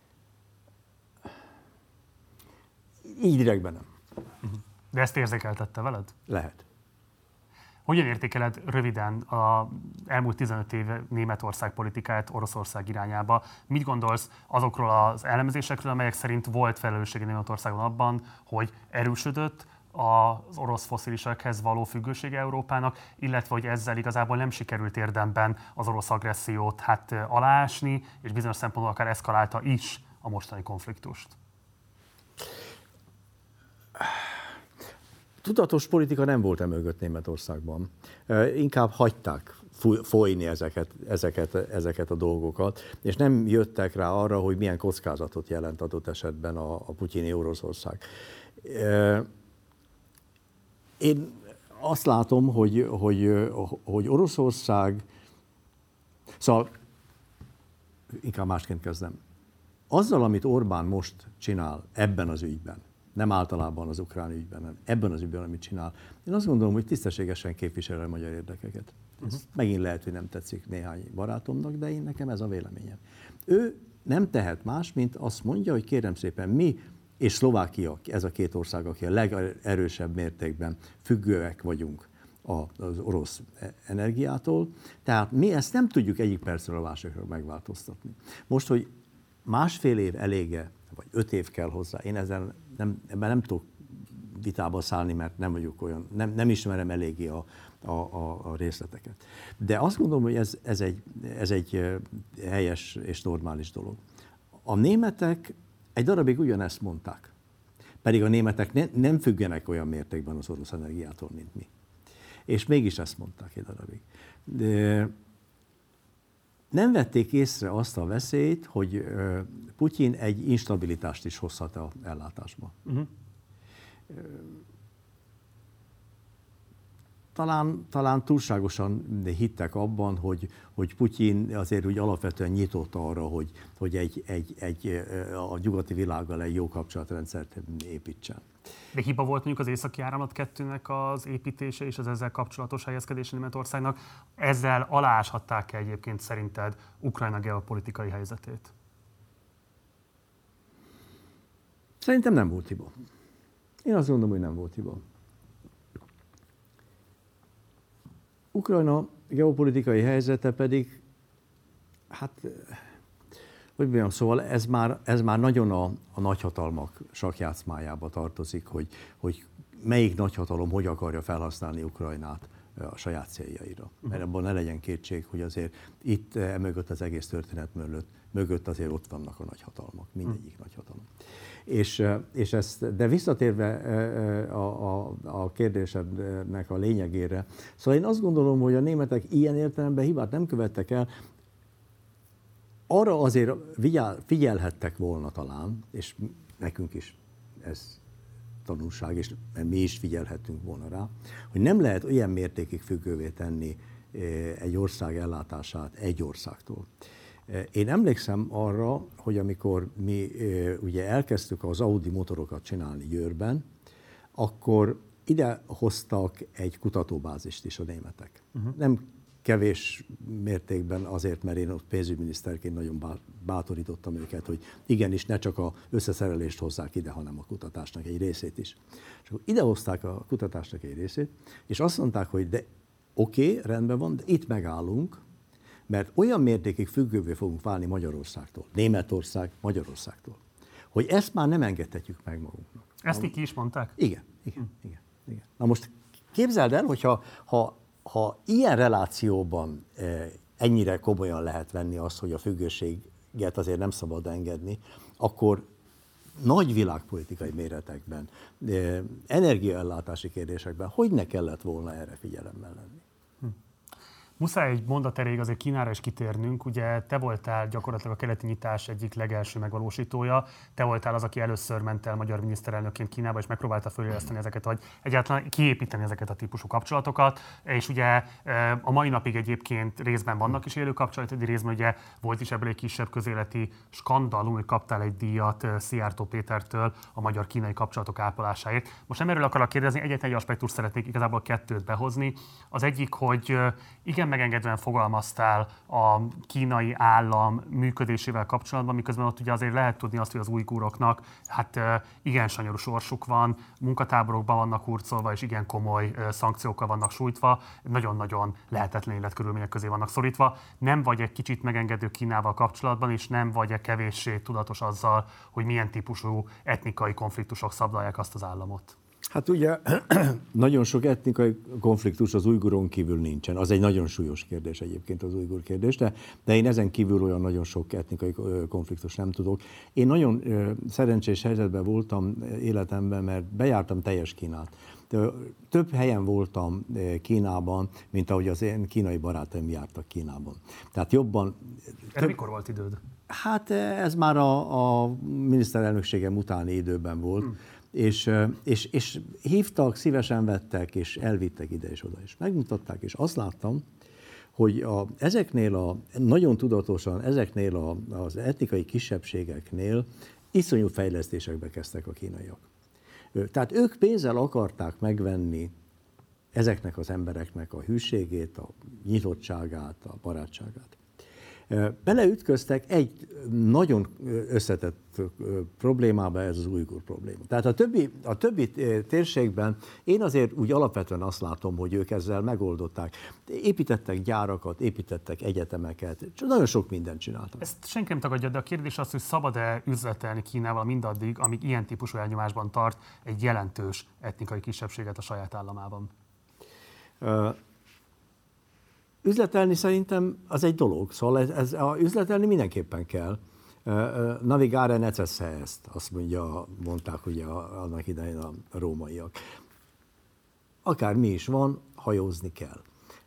Így direktben nem. De ezt érzékeltette veled? Lehet. Hogyan értékeled röviden az elmúlt tizenöt év Németország politikáját Oroszország irányába? Mit gondolsz azokról az elemzésekről, amelyek szerint volt felelőssége Németországon abban, hogy erősödött az orosz fosszilisekhez való függősége Európának, illetve hogy ezzel igazából nem sikerült érdemben az orosz agressziót hát aláásni, és bizonyos szempontból akár eszkalálta is a mostani konfliktust? Tudatos politika nem volt emögött Németországban. Inkább hagyták folyni ezeket, ezeket, ezeket a dolgokat, és nem jöttek rá arra, hogy milyen kockázatot jelent adott esetben a, a putyini Oroszország. Én azt látom, hogy, hogy, hogy Oroszország, szóval inkább másként kezdem. Azzal, amit Orbán most csinál ebben az ügyben, nem általában az ukrán ügyben, hanem ebben az ügyben, amit csinál. Én azt gondolom, hogy tisztességesen képvisel a magyar érdekeket. Ez uh-huh. megint lehet, hogy nem tetszik néhány barátomnak, de én nekem ez a véleményem. Ő nem tehet más, mint azt mondja, hogy kérem szépen mi és Szlovákia, ez a két ország, aki a legerősebb mértékben függőek vagyunk az orosz energiától, tehát mi ezt nem tudjuk egyik percről a másikra megváltoztatni. Most, hogy másfél év elége, vagy öt év kell hozzá, én ezzel nem, ebben nem tudok vitába szállni, mert nem vagyok olyan, nem, nem ismerem eléggé a, a, a, a részleteket. De azt gondolom, hogy ez, ez, egy, ez egy helyes és normális dolog. A németek egy darabig ugyanezt mondták, pedig a németek ne, nem függenek olyan mértékben az orosz energiától, mint mi. És mégis ezt mondták egy darabig. De nem vették észre azt a veszélyt, hogy Putyin egy instabilitást is hozhat az ellátásba. Uh-huh. talán, talán túlságosan hittek abban, hogy, hogy Putyin azért úgy alapvetően nyitott arra, hogy, hogy egy, egy, egy, a nyugati világgal egy jó kapcsolatrendszert építsen. De hiba volt mondjuk az Északi Áramlat kettőnek az építése és az ezzel kapcsolatos helyezkedése Németországnak. Ezzel alááshatták-e egyébként szerinted Ukrajna geopolitikai helyzetét? Szerintem nem volt hiba. Én azt gondolom, hogy nem volt hiba. Ukrajna geopolitikai helyzete pedig, hát, hogy mondjam, szóval ez már, ez már nagyon a, a nagyhatalmak sakkjátszmájába tartozik, hogy, hogy melyik nagyhatalom hogy akarja felhasználni Ukrajnát a saját céljaira. Mert abban ne legyen kétség, hogy azért itt mögött az egész történet mögött, mögött azért ott vannak a nagyhatalmak, mindegyik nagyhatalom. És, és ezt, de visszatérve a, a, a kérdésednek a lényegére, szóval én azt gondolom, hogy a németek ilyen értelemben hibát nem követtek el, arra azért figyel, figyelhettek volna talán, és nekünk is ez tanulság, és mi is figyelhettünk volna rá, hogy nem lehet olyan mértékig függővé tenni egy ország ellátását egy országtól. Én emlékszem arra, hogy amikor mi ugye elkezdtük az Audi motorokat csinálni Győrben, akkor ide hoztak egy kutatóbázist is a németek. Uh-huh. Nem kevés mértékben azért, mert én ott pénzügyminiszterként nagyon bátorítottam őket, hogy igenis ne csak az összeszerelést hozzák ide, hanem a kutatásnak egy részét is. És akkor idehozták a kutatásnak egy részét, és azt mondták, hogy de oké, okay, rendben van, de itt megállunk, mert olyan mértékig függővé fogunk válni Magyarországtól, Németország, Magyarországtól, hogy ezt már nem engedhetjük meg magunknak. Ezt így ki is mondták? Igen, igen, hm. igen, igen. Na most képzeld el, hogyha ha, ha ilyen relációban eh, ennyire komolyan lehet venni azt, hogy a függőséget azért nem szabad engedni, akkor nagy világpolitikai méretekben, eh, energiaellátási kérdésekben hogy ne kellett volna erre figyelemmel lenni? Muszáj egy mondat erejéig azért Kínára is kitérnünk. Ugye te voltál gyakorlatilag a keleti nyitás egyik legelső megvalósítója. Te voltál az, aki először ment el magyar miniszterelnökként Kínába, és megpróbálta föléleszteni ezeket, vagy egyáltalán kiépíteni ezeket a típusú kapcsolatokat. És ugye a mai napig egyébként részben vannak is élő kapcsolatok, de részben ugye volt is ebből egy kisebb közéleti skandalum, hogy kaptál egy díjat Szijjártó Pétertől a magyar-kínai kapcsolatok ápolásáért. Most nem erről akarok kérdezni, egyetlen egy aspektust szeretnék igazából kettőt behozni. Az egyik, hogy igen, megengedően fogalmaztál a kínai állam működésével kapcsolatban, miközben ott ugye azért lehet tudni azt, hogy az ujguroknak hát igen sanyarú sorsuk van, munkatáborokban vannak hurcolva, és igen komoly szankciókkal vannak sújtva, nagyon-nagyon lehetetlen életkörülmények közé vannak szorítva. Nem vagy egy kicsit megengedő Kínával kapcsolatban, és nem vagy egy kevéssé tudatos azzal, hogy milyen típusú etnikai konfliktusok szabdalják azt az államot? Hát ugye nagyon sok etnikai konfliktus az ujguron kívül nincsen. Az egy nagyon súlyos kérdés egyébként az ujgur kérdés, de, de én ezen kívül olyan nagyon sok etnikai konfliktus nem tudok. Én nagyon szerencsés helyzetben voltam életemben, mert bejártam teljes Kínát. Több helyen voltam Kínában, mint ahogy az én kínai barátaim jártak Kínában. Tehát jobban... Erre több... mikor volt időd? Hát ez már a, a miniszterelnökségem utáni időben volt. Hmm. És, és, és hívtak, szívesen vettek, és elvittek ide és oda is. Megmutatták, és azt láttam, hogy a, ezeknél a, nagyon tudatosan, ezeknél a, az etnikai kisebbségeknél iszonyú fejlesztésekbe kezdtek a kínaiak. Tehát ők pénzzel akarták megvenni ezeknek az embereknek a hűségét, a nyitottságát, a barátságát. Beleütköztek egy nagyon összetett problémába, ez az ujgur probléma. Tehát a többi, a többi térségben én azért úgy alapvetően azt látom, hogy ők ezzel megoldották. Építettek gyárakat, építettek egyetemeket, nagyon sok mindent csináltak. Ezt senki nem tagadja, de a kérdés az, hogy szabad-e üzletelni Kínával mindaddig, amíg ilyen típusú elnyomásban tart egy jelentős etnikai kisebbséget a saját államában? Uh, Üzletelni szerintem az egy dolog, szóval ez, ez, a, üzletelni mindenképpen kell. Navigare necesse est, azt mondja, mondták ugye annak idején a rómaiak. Akár mi is van, hajózni kell.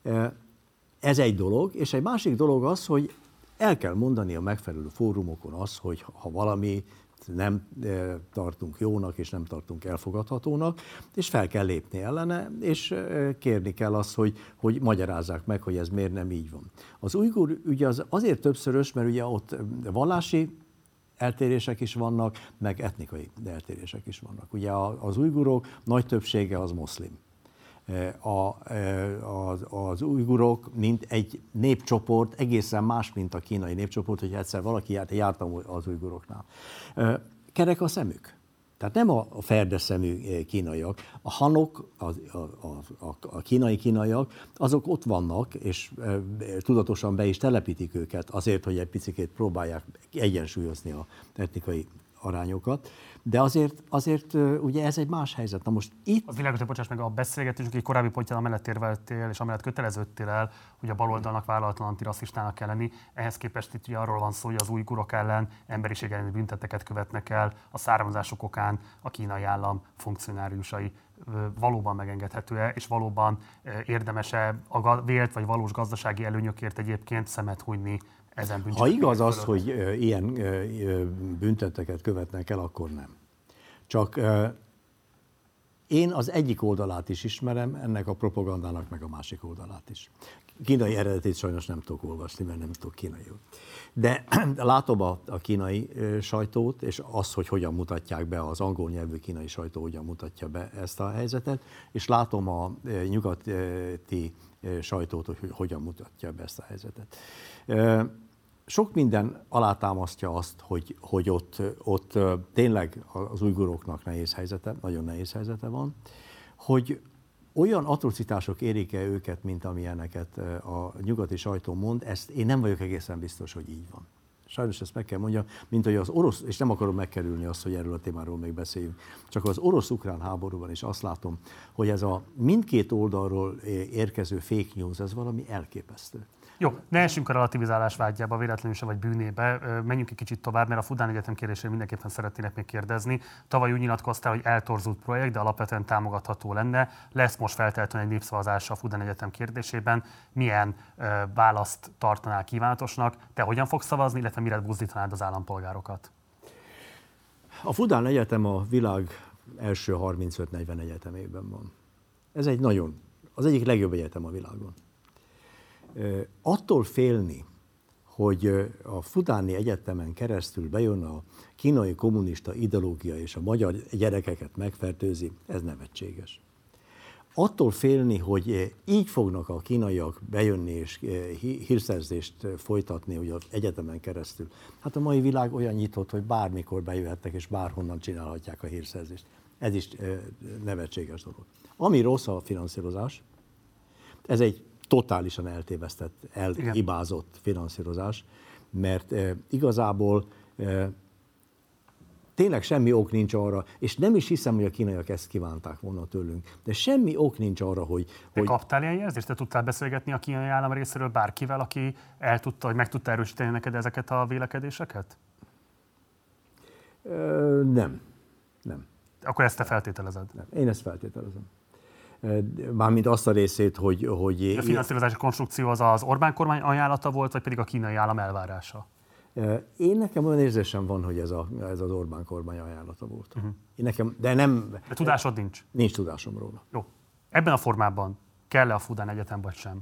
Ez egy dolog, és egy másik dolog az, hogy el kell mondani a megfelelő fórumokon az, hogy ha valami nem tartunk jónak, és nem tartunk elfogadhatónak, és fel kell lépni ellene, és kérni kell azt, hogy, hogy magyarázzák meg, hogy ez miért nem így van. Az ujgur ügy az azért többszörös, mert ugye ott vallási eltérések is vannak, meg etnikai eltérések is vannak. Ugye az ujgurok nagy többsége az moszlim. A, az, az ujgurok, mint egy népcsoport, egészen más, mint a kínai népcsoport, hogy egyszer valaki járt, jártam az ujguroknál. Kerek a szemük. Tehát nem a ferdeszemű kínaiak, a hanok, a, a, a, a kínai kínaiak, azok ott vannak, és e, tudatosan be is telepítik őket azért, hogy egy picikét próbálják egyensúlyozni a etnikai arányokat, de azért, azért ugye ez egy más helyzet. Na most itt... Az világos, hogy bocsáss meg, a beszélgetésünk egy korábbi pontján amellett érveltél, és amellett köteleződtél el, hogy a baloldalnak vállalatlan antirasszistának kell lenni. Ehhez képest itt ugye arról van szó, hogy az ujgurok ellen emberiség elleni büntetteket követnek el a származásuk okán a kínai állam funkcionáriusai. Valóban megengedhető-e, és valóban érdemes-e a vélt vagy valós gazdasági előnyökért egyébként szemet hunyni ezen bűncselekmények? Ha igaz az, hogy ilyen büntetteket követnek el, akkor nem. Csak én az egyik oldalát is ismerem, ennek a propagandának, meg a másik oldalát is. Kínai eredetét sajnos nem tudok olvasni, mert nem tudok kínaiul. De látom a, a kínai sajtót, és azt, hogy hogyan mutatják be, az angol nyelvű kínai sajtó hogyan mutatja be ezt a helyzetet, és látom a nyugati sajtót, hogy hogyan mutatja be ezt a helyzetet. Sok minden alátámasztja azt, hogy, hogy ott, ott tényleg az ujguroknak nehéz helyzete, nagyon nehéz helyzete van, hogy olyan atrocitások érik-e őket, mint amilyeneket a nyugati sajtó mond, ezt én nem vagyok egészen biztos, hogy így van. Sajnos ezt meg kell mondjam, mint hogy az orosz, és nem akarom megkerülni azt, hogy erről a témáról még beszéljünk, csak az orosz-ukrán háborúban is azt látom, hogy ez a mindkét oldalról érkező fake news, ez valami elképesztő. Jó, ne essünk a relativizálás vágyjába, véletlenül se vagy bűnébe, menjünk egy kicsit tovább, mert a Fudán Egyetem kérdésére mindenképpen szeretnének még kérdezni. Tavaly úgy nyilatkoztál, hogy eltorzult projekt, de alapvetően támogatható lenne. Lesz most feltétlenül egy népszavazás a Fudán Egyetem kérdésében. Milyen uh, választ tartanál kívánatosnak? Te hogyan fogsz szavazni, illetve mire buzdítanád az állampolgárokat? A Fudán Egyetem a világ első harmincöt-negyven egyetemében van. Ez egy nagyon, az egyik legjobb egyetem a világon. Attól félni, hogy a Fudáni Egyetemen keresztül bejön a kínai kommunista ideológia és a magyar gyerekeket megfertőzi, ez nevetséges. Attól félni, hogy így fognak a kínaiak bejönni és hírszerzést folytatni, hogy az egyetemen keresztül. Hát a mai világ olyan nyitott, hogy bármikor bejöhettek és bárhonnan csinálhatják a hírszerzést. Ez is nevetséges dolog. Ami rossz a finanszírozás, ez egy totálisan eltévesztett, elhibázott finanszírozás, mert e, igazából e, tényleg semmi ok nincs arra, és nem is hiszem, hogy a kínaiak ezt kívánták volna tőlünk, de semmi ok nincs arra, hogy... Te hogy... kaptál ilyen jelzést? Te tudtál beszélgetni a kínai állam részéről bárkivel, aki el tudta, vagy meg tudta erősíteni neked ezeket a vélekedéseket? E, nem. Nem. Akkor ezt te feltételezed? Nem. Én ezt feltételezem. Mármint azt a részét, hogy... hogy a finanszírozási konstrukció az az Orbán kormány ajánlata volt, vagy pedig a kínai állam elvárása? Én nekem olyan érzésem van, hogy ez, a, ez az Orbán kormány ajánlata volt. Uh-huh. Én nekem, de nem... De tudásod nincs? Nincs tudásom róla. Jó. Ebben a formában kell-e a Fudán Egyetem, vagy sem?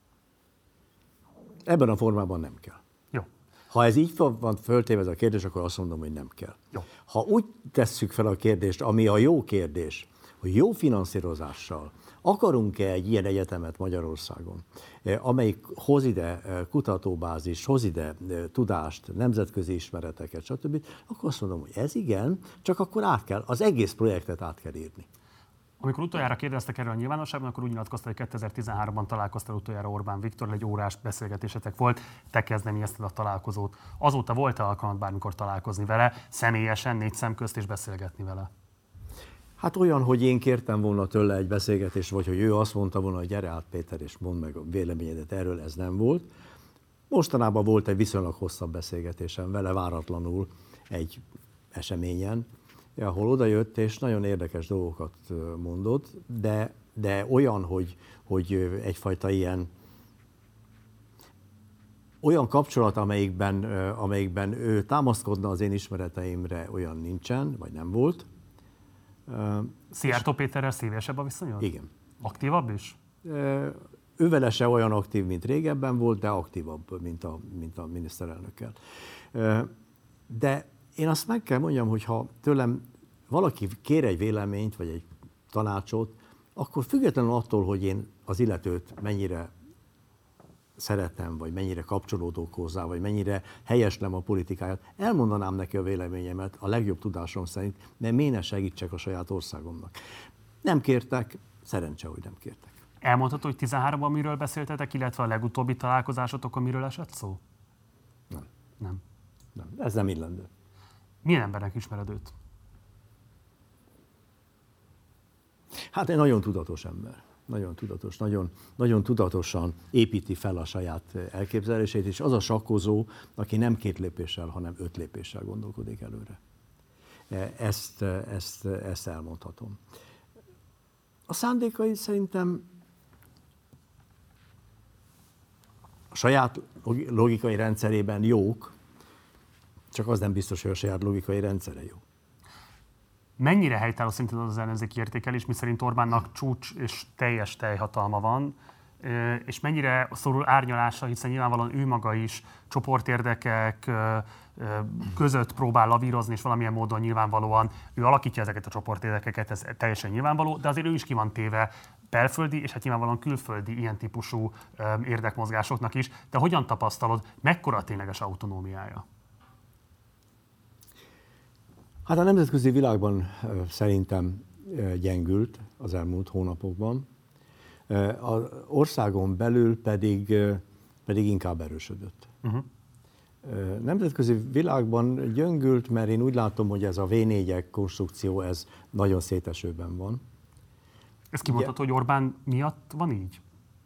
Ebben a formában nem kell. Jó. Ha ez így van föltéve ez a kérdés, akkor azt mondom, hogy nem kell. Jó. Ha úgy tesszük fel a kérdést, ami a jó kérdés, hogy jó finanszírozással akarunk-e egy ilyen egyetemet Magyarországon, amelyik hoz ide kutatóbázis, hoz ide tudást, nemzetközi ismereteket, stb., akkor azt mondom, hogy ez igen, csak akkor át kell, az egész projektet át kell írni. Amikor utoljára kérdeztek erről a nyilvánosságban, akkor úgy nyilatkoztál, hogy kétezer-tizenháromban találkoztál utoljára Orbán Viktorral, egy órás beszélgetésetek volt, te kezdeményezted a találkozót. Azóta volt-e alkalmat bármikor találkozni vele, személyesen, négy szem közt és beszélgetni vele? Hát olyan, hogy én kértem volna tőle egy beszélgetést, vagy hogy ő azt mondta volna, hogy gyere át Péter, és mondd meg a véleményedet erről, ez nem volt. Mostanában volt egy viszonylag hosszabb beszélgetésem vele, váratlanul egy eseményen, ahol odajött, és nagyon érdekes dolgokat mondott, de, de olyan, hogy, hogy egyfajta ilyen olyan kapcsolat, amelyikben, amelyikben ő támaszkodna az én ismereteimre, olyan nincsen, vagy nem volt. Szijjártó Péterrel szívesebb a viszonyod? Igen. Aktívabb is? Ővele se olyan aktív, mint régebben volt, de aktívabb, mint a, mint a miniszterelnökkel. De én azt meg kell mondjam, hogy ha tőlem valaki kér egy véleményt, vagy egy tanácsot, akkor függetlenül attól, hogy én az illetőt mennyire szeretem, vagy mennyire kapcsolódok hozzá, vagy mennyire helyeslem a politikáját, elmondanám neki a véleményemet a legjobb tudásom szerint, mert miért ne segítsek a saját országomnak. Nem kértek, szerencse, hogy nem kértek. Elmondható, hogy tizenháromban miről beszéltetek, illetve a legutóbbi találkozásotokon miről esett szó? Nem. Nem. Nem. Ez nem illendő. Milyen embernek ismered őt? Hát egy nagyon tudatos ember. Nagyon tudatos, nagyon, nagyon tudatosan építi fel a saját elképzelését, és az a sakkozó, aki nem két lépéssel, hanem öt lépéssel gondolkodik előre. Ezt, ezt, ezt elmondhatom. A szándékai szerintem a saját logikai rendszerében jók, csak az nem biztos, hogy a saját logikai rendszere jó. Mennyire helytálló szerinted az ellenzéki értékelés, miszerint Orbánnak csúcs és teljes teljhatalma van, és mennyire szorul árnyalásra, hiszen nyilvánvalóan ő maga is csoportérdekek között próbál lavírozni, és valamilyen módon nyilvánvalóan ő alakítja ezeket a csoportérdekeket, ez teljesen nyilvánvaló, de azért ő is ki van téve belföldi, és hát nyilvánvalóan külföldi ilyen típusú érdekmozgásoknak is. De hogyan tapasztalod, mekkora a tényleges autonómiája? Hát a nemzetközi világban szerintem gyengült az elmúlt hónapokban, az országon belül pedig, pedig inkább erősödött. Uh-huh. Nemzetközi világban gyöngült, mert én úgy látom, hogy ez a vé négyek konstrukció, ez nagyon szétesőben van. Ez kimondható, hogy Orbán miatt van így?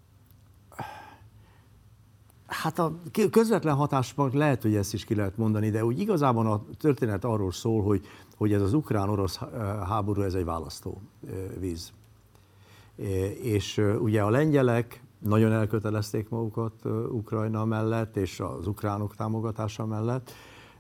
Hát a közvetlen hatásban lehet, hogy ezt is ki lehet mondani, de úgy igazában a történet arról szól, hogy, hogy ez az ukrán-orosz háború, ez egy választóvíz. És ugye a lengyelek nagyon elkötelezték magukat Ukrajna mellett, és az ukránok támogatása mellett.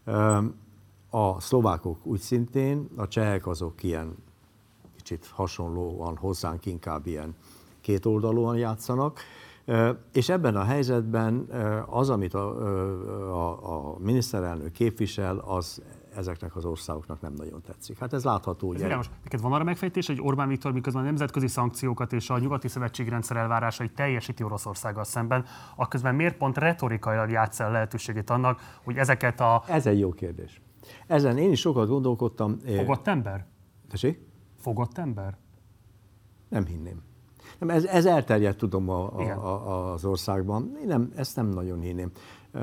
A szlovákok úgy szintén, a csehek azok ilyen kicsit hasonlóan hozzánk inkább ilyen kétoldalúan játszanak. És ebben a helyzetben az, amit a, a, a miniszterelnök képvisel, az ezeknek az országoknak nem nagyon tetszik. Hát ez látható. Ez most neked van arra megfejtés, hogy Orbán Viktor miközben a nemzetközi szankciókat és a nyugati szövetségrendszer elvárásait teljesíti Oroszországgal szemben, akközben miért pont retorikailag játssza el lehetőségét annak, hogy ezeket a... Ez egy jó kérdés. Ezen én is sokat gondolkodtam. Fogott ember? Tessék? Fogott ember? Nem hinném. Nem, ez, ez elterjedt, tudom, a, a, a, az országban. Én nem, ezt nem nagyon hinném.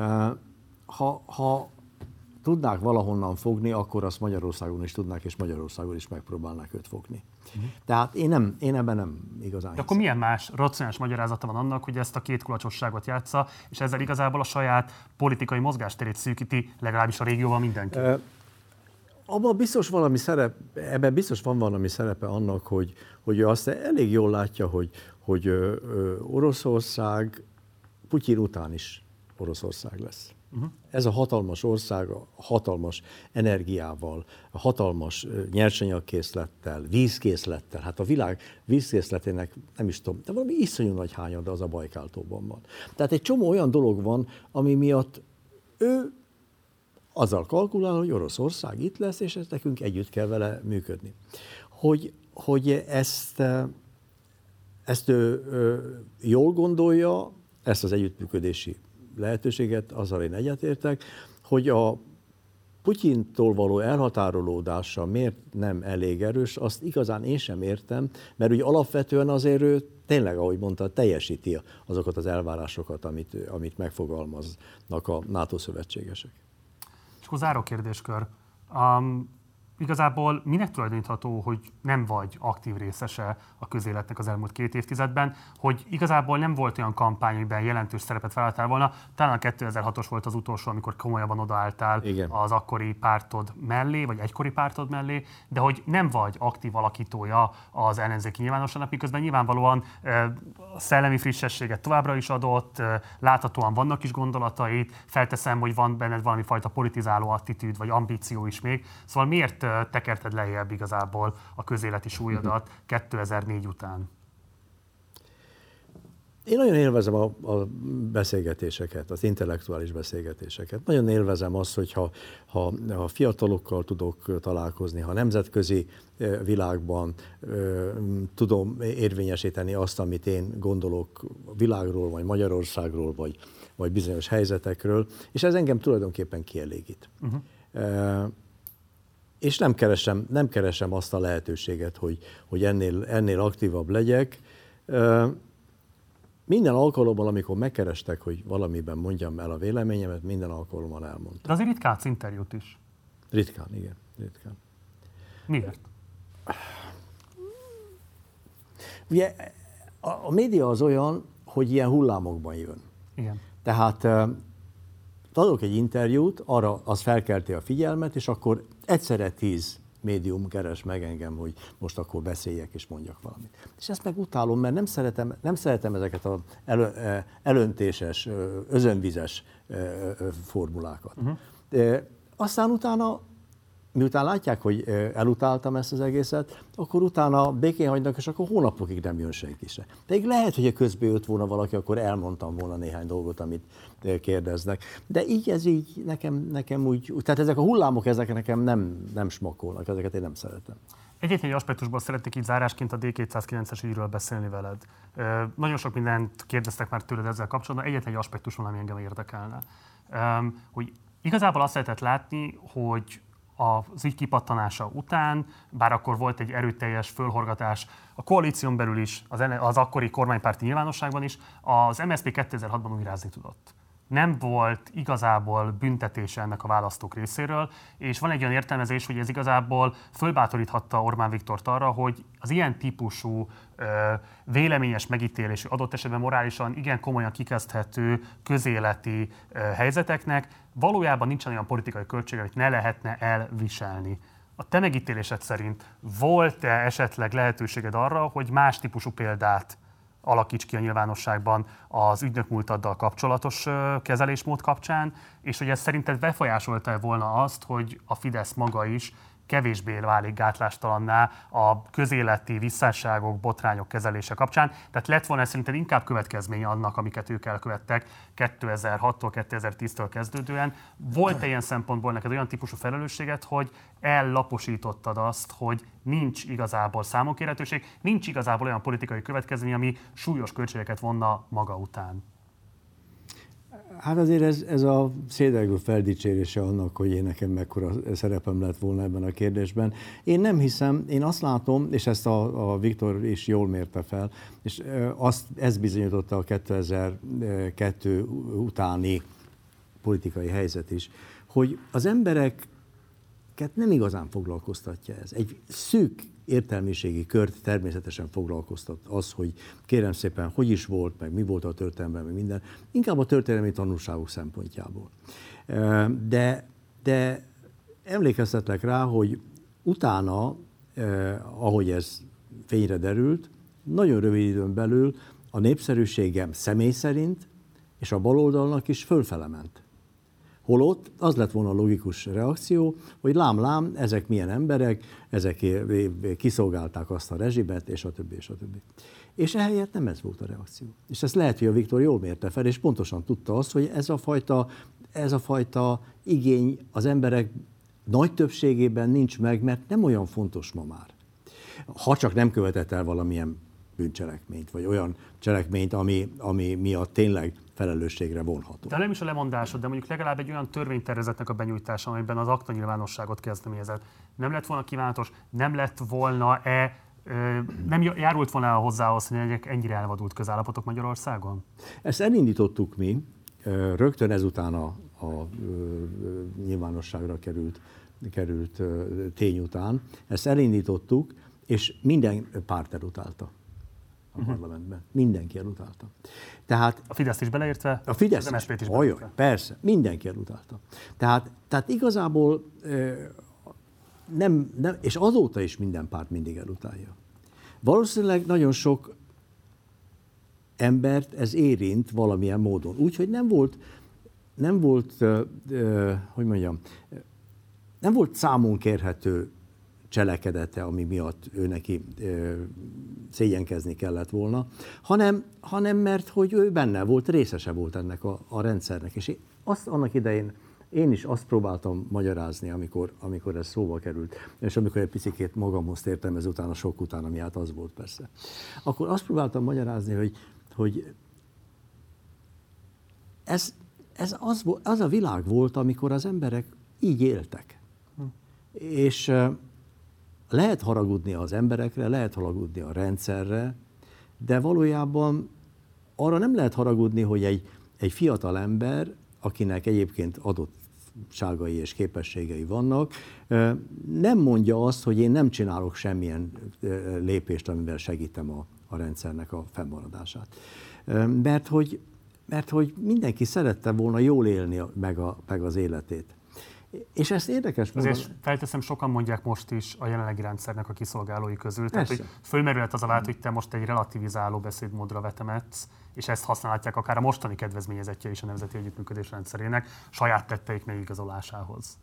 Ha, ha tudnák valahonnan fogni, akkor azt Magyarországon is tudnák, és Magyarországon is megpróbálnák őt fogni. Uh-huh. Tehát én, nem, én ebben nem igazán De akkor milyen más racionális magyarázata van annak, hogy ezt a két kulacsosságot játsza, és ezzel igazából a saját politikai mozgásterét szűkíti, legalábbis a régióban mindenki? Uh, abban biztos valami szerep, ebben biztos van valami szerepe annak, hogy, hogy ő azt elég jól látja, hogy, hogy ö, ö, Oroszország Putyin után is Oroszország lesz. Uh-huh. Ez a hatalmas ország, a hatalmas energiával, a hatalmas nyersanyagkészlettel, vízkészlettel, hát a világ vízkészletének nem is tudom, de valami iszonyú nagy hányada az a Bajkál-tóban van. Tehát egy csomó olyan dolog van, ami miatt ő azzal kalkulál, hogy Oroszország itt lesz, és ezt nekünk együtt kell vele működni. Hogy, hogy ezt, ezt ő, ő jól gondolja, ezt az együttműködési lehetőséget, azzal én egyetértek, hogy a Putyintól való elhatárolódása miért nem elég erős, azt igazán én sem értem, mert ugye alapvetően azért ő tényleg, ahogy mondta, teljesíti azokat az elvárásokat, amit, amit megfogalmaznak a NATO szövetségesek. És akkor záró kérdéskör. Um, igazából minek tulajdonítható, hogy nem vagy aktív részese a közéletnek az elmúlt két évtizedben, hogy igazából nem volt olyan kampány, amiben jelentős szerepet vállaltál volna, talán a kétezer-hatos volt az utolsó, amikor komolyabban odaálltál Igen. az akkori pártod mellé, vagy egykori pártod mellé, de hogy nem vagy aktív alakítója az ellenzéki nyilvánosságnak, miközben nyilvánvalóan a szellemi frissességet továbbra is adott, láthatóan vannak is gondolataid, felteszem, hogy van benned valami fajta politizáló attitűd, vagy ambíció is még. Szóval miért tekerted lejjebb igazából a közéleti súlyodat kétezer-négy után? Én nagyon élvezem a, a beszélgetéseket, az intellektuális beszélgetéseket. Nagyon élvezem azt, hogyha ha, ha fiatalokkal tudok találkozni, ha nemzetközi világban tudom érvényesíteni azt, amit én gondolok a világról, vagy Magyarországról, vagy, vagy bizonyos helyzetekről, és ez engem tulajdonképpen kielégít. Uh-huh. E, és nem keresem, nem keresem azt a lehetőséget, hogy, hogy ennél, ennél aktívabb legyek. E, Minden alkalommal, amikor megkerestek, hogy valamiben mondjam el a véleményemet, minden alkalommal elmondtam. De azért ritkán interjút is. Ritkán, igen. Ritkán. Miért? Ugye a, a média az olyan, hogy ilyen hullámokban jön. Igen. Tehát adok egy interjút, arra az felkelti a figyelmet, és akkor egyszerre tíz médium keres meg engem, hogy most akkor beszéljek és mondjak valamit. És ezt meg utálom, mert nem szeretem, nem szeretem ezeket az elö, elöntéses, özönvizes formulákat. Uh-huh. De aztán utána, miután látják, hogy elutáltam ezt az egészet, akkor utána békén hagynak, és akkor hónapokig nem jön senki se. De lehet, hogy a közben jött volna valaki, akkor elmondtam volna néhány dolgot, amit kérdeznek. De így ez így nekem, nekem úgy, tehát ezek a hullámok, ezek nekem nem, nem smakkolnak, ezeket én nem szeretem. Egyetlen egy aspektusból szeretnék így zárásként a dé kétszázkilences ügyről beszélni veled. Ö, nagyon sok mindent kérdeztek már tőled ezzel kapcsolatban, egyetlen egy aspektus van, ami engem érdekelne. Ö, hogy igazából azt lehetett látni, hogy az ügy kipattanása után, bár akkor volt egy erőteljes fölhorgatás a koalíción belül is, az, az akkori kormánypárti nyilvánosságban is, az em es zé pé kétezer-hatban újrázni tudott. Nem volt igazából büntetése ennek a választók részéről, és van egy olyan értelmezés, hogy ez igazából fölbátoríthatta Orbán Viktort arra, hogy az ilyen típusú ö, véleményes megítélésű, adott esetben morálisan igen komolyan kikezdhető közéleti ö, helyzeteknek valójában nincsen olyan politikai költsége, amit ne lehetne elviselni. A te megítélésed szerint volt-e esetleg lehetőséged arra, hogy más típusú példát alakíts ki a nyilvánosságban az ügynökmúltaddal kapcsolatos kezelésmód kapcsán, és hogy ez szerinted befolyásolta volna azt, hogy a Fidesz maga is kevésbé válik gátlástalanná a közéleti visszásságok, botrányok kezelése kapcsán. Tehát lett volna szerinted inkább következménye annak, amiket ők elkövettek kétezer-hattól, kétezer-tíztől kezdődően. Volt-e ilyen szempontból neked olyan típusú felelősséget, hogy ellaposítottad azt, hogy nincs igazából számonkérhetőség, nincs igazából olyan politikai következmény, ami súlyos költségeket vonna maga után? Hát azért ez, ez a szédelgő feldicsérése annak, hogy én nekem mekkora szerepem lett volna ebben a kérdésben. Én nem hiszem, én azt látom, és ezt a, a Viktor is jól mérte fel, és azt, ez bizonyította a kétezer-kettő utáni politikai helyzet is, hogy az embereket nem igazán foglalkoztatja ez. Egy szűk értelmiségi kört természetesen foglalkoztat az, hogy kérem szépen, hogy is volt, meg mi volt a történelemben, meg minden, inkább a történelmi tanulságok szempontjából. De, de emlékeztetlek rá, hogy utána, ahogy ez fényre derült, nagyon rövid időn belül a népszerűségem személy szerint és a baloldalnak is fölfele ment. Holott az lett volna a logikus reakció, hogy lám-lám, ezek milyen emberek, ezek kiszolgálták azt a rezsimet, és a többi, és a többi. És ehelyett nem ez volt a reakció. És ezt lehet, hogy a Viktor jól mérte fel, és pontosan tudta azt, hogy ez a fajta, ez a fajta igény az emberek nagy többségében nincs meg, mert nem olyan fontos ma már. Ha csak nem követett el valamilyen bűncselekményt, vagy olyan cselekményt, ami, ami miatt tényleg felelősségre vonható. De nem is a lemondásod, de mondjuk legalább egy olyan törvénytervezetnek a benyújtása, amiben az aktanyilvánosságot kezdeményezett. Nem lett volna kívánatos, nem lett volna-e, nem járult volna hozzá ahhoz, hogy legyenek ennyire elvadult közállapotok Magyarországon? Ezt elindítottuk mi, rögtön ezután a, a nyilvánosságra került került tény után. Ezt elindítottuk, és minden párt elutálta a parlamentben. Mindenki elutálta. Tehát, a Fideszt is beleértve? A Fidesz az em es zé pét is beleértve. Olyan, persze, mindenki elutálta. Tehát, tehát igazából nem, nem, és azóta is minden párt mindig elutálja. Valószínűleg nagyon sok embert ez érint valamilyen módon. Úgyhogy nem volt, nem volt, hogy mondjam, nem volt számon kérhető cselekedete, ami miatt ő neki szégyenkezni kellett volna, hanem, hanem mert hogy ő benne volt, részese volt ennek a, a rendszernek. És én azt annak idején én is azt próbáltam magyarázni, amikor, amikor ez szóba került, és amikor egy picikét magamhoz tértem ezután a sok után, ami hát az volt persze. Akkor azt próbáltam magyarázni, hogy, hogy ez, ez az, az a világ volt, amikor az emberek így éltek. Hm. És lehet haragudni az emberekre, lehet haragudni a rendszerre, de valójában arra nem lehet haragudni, hogy egy, egy fiatal ember, akinek egyébként adottságai és képességei vannak, nem mondja azt, hogy én nem csinálok semmilyen lépést, amivel segítem a, a rendszernek a fennmaradását. Mert hogy, mert hogy mindenki szerette volna jól élni meg, a, meg az életét. És ezt érdekes módon... Azért felteszem, sokan mondják most is a jelenlegi rendszernek a kiszolgálói közül. Tehát, hogy fölmerülhet az a vált, hogy te most egy relativizáló beszédmódra vetemetsz, és ezt használhatják akár a mostani kedvezményezettje is a Nemzeti Együttműködés rendszerének saját tetteik megigazolásához.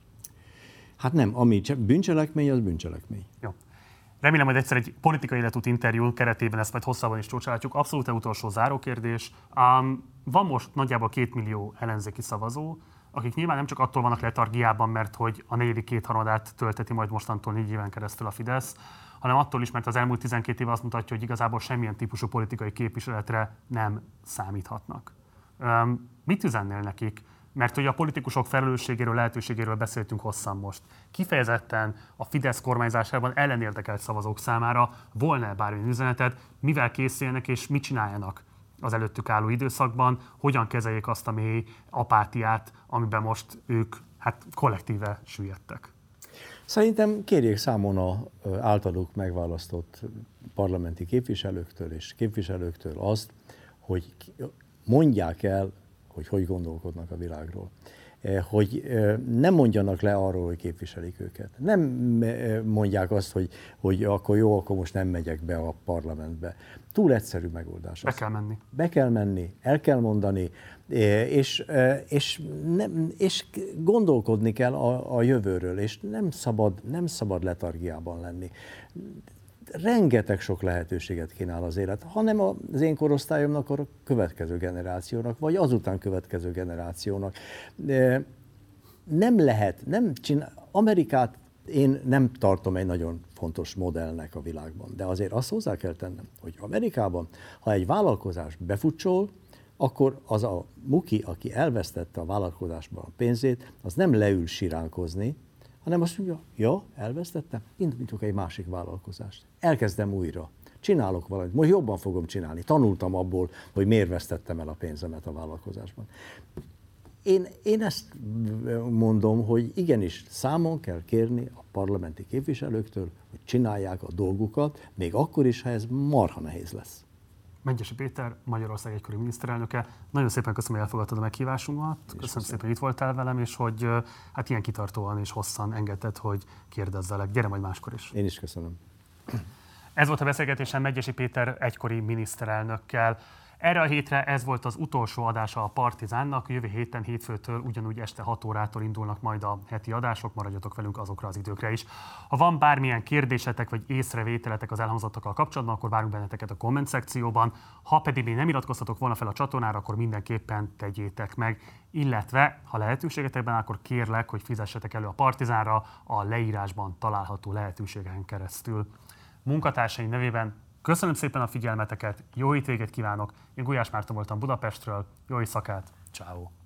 Hát nem, ami bűncselekmény, az bűncselekmény. Jó. Remélem, hogy egyszer egy politikai életút interjú keretében ezt majd hosszabban is csócsálhatjuk. Abszolút utolsó zárókérdés. Um, van most nagyjából két millió ellenzéki szavazó, akik nyilván nem csak attól vannak letargiában, mert hogy a negyedik kétharmadát tölteti majd mostantól négy éven keresztül a Fidesz, hanem attól is, mert az elmúlt tizenkét év azt mutatja, hogy igazából semmilyen típusú politikai képviseletre nem számíthatnak. Um, mit üzennél nekik? Mert ugye a politikusok felelősségéről, lehetőségéről beszéltünk hosszan most. Kifejezetten a Fidesz kormányzásában ellenérdekelt szavazók számára volna bármilyen üzeneted, mivel készüljenek és mit csináljanak az előttük álló időszakban, hogyan kezeljék azt a mély apátiát, amiben most ők hát kollektíve süllyedtek? Szerintem kérjék számon az általuk megválasztott parlamenti képviselőktől és képviselőktől azt, hogy mondják el, hogy hogy gondolkodnak a világról. Hogy nem mondjanak le arról, hogy képviselik őket. Nem mondják azt, hogy, hogy akkor jó, akkor most nem megyek be a parlamentbe. Túl egyszerű megoldás. Be kell menni. Be kell menni, el kell mondani, és, és, nem, és gondolkodni kell a, a jövőről, és nem szabad, nem szabad letargiában lenni. Rengeteg sok lehetőséget kínál az élet, hanem az én korosztályomnak, a következő generációnak, vagy azután következő generációnak. Nem lehet, nem csinál, Amerikát én nem tartom egy nagyon fontos modellnek a világban, de azért azt hozzá kell tennem, hogy Amerikában, ha egy vállalkozás befutsol, akkor az a muki, aki elvesztette a vállalkozásban a pénzét, az nem leül siránkozni, hanem azt mondja, ja, elvesztettem, indítok egy másik vállalkozást. Elkezdem újra. Csinálok valamit, most jobban fogom csinálni. Tanultam abból, hogy miért vesztettem el a pénzemet a vállalkozásban. Én, én ezt mondom, hogy igenis számon kell kérni a parlamenti képviselőktől, hogy csinálják a dolgukat, még akkor is, ha ez marha nehéz lesz. Medgyessy Péter, Magyarország egykori miniszterelnöke. Nagyon szépen köszönöm, hogy elfogadtad a meghívásunkat. Köszönöm, köszönöm szépen, hogy itt voltál velem, és hogy hát ilyen kitartóan és hosszan engedted, hogy kérdezzelek. Gyere majd máskor is. Én is köszönöm. Ez volt a beszélgetésem Medgyessy Péter egykori miniszterelnökkel. Erre a hétre ez volt az utolsó adása a Partizánnak. Jövő héten hétfőtől ugyanúgy este hat órától indulnak majd a heti adások, maradjatok velünk azokra az időkre is. Ha van bármilyen kérdésetek vagy észrevételetek az elhangzottakkal kapcsolatban, akkor várunk benneteket a komment szekcióban. Ha pedig még nem iratkoztatok volna fel a csatornára, akkor mindenképpen tegyétek meg. Illetve, ha lehetőségetekben, akkor kérlek, hogy fizessetek elő a Partizánra a leírásban található lehetőségen keresztül. Munkatársaim nevében köszönöm szépen a figyelmeteket, jó hétvégét kívánok, én Gulyás Márton voltam Budapestről, jó éjszakát, ciao.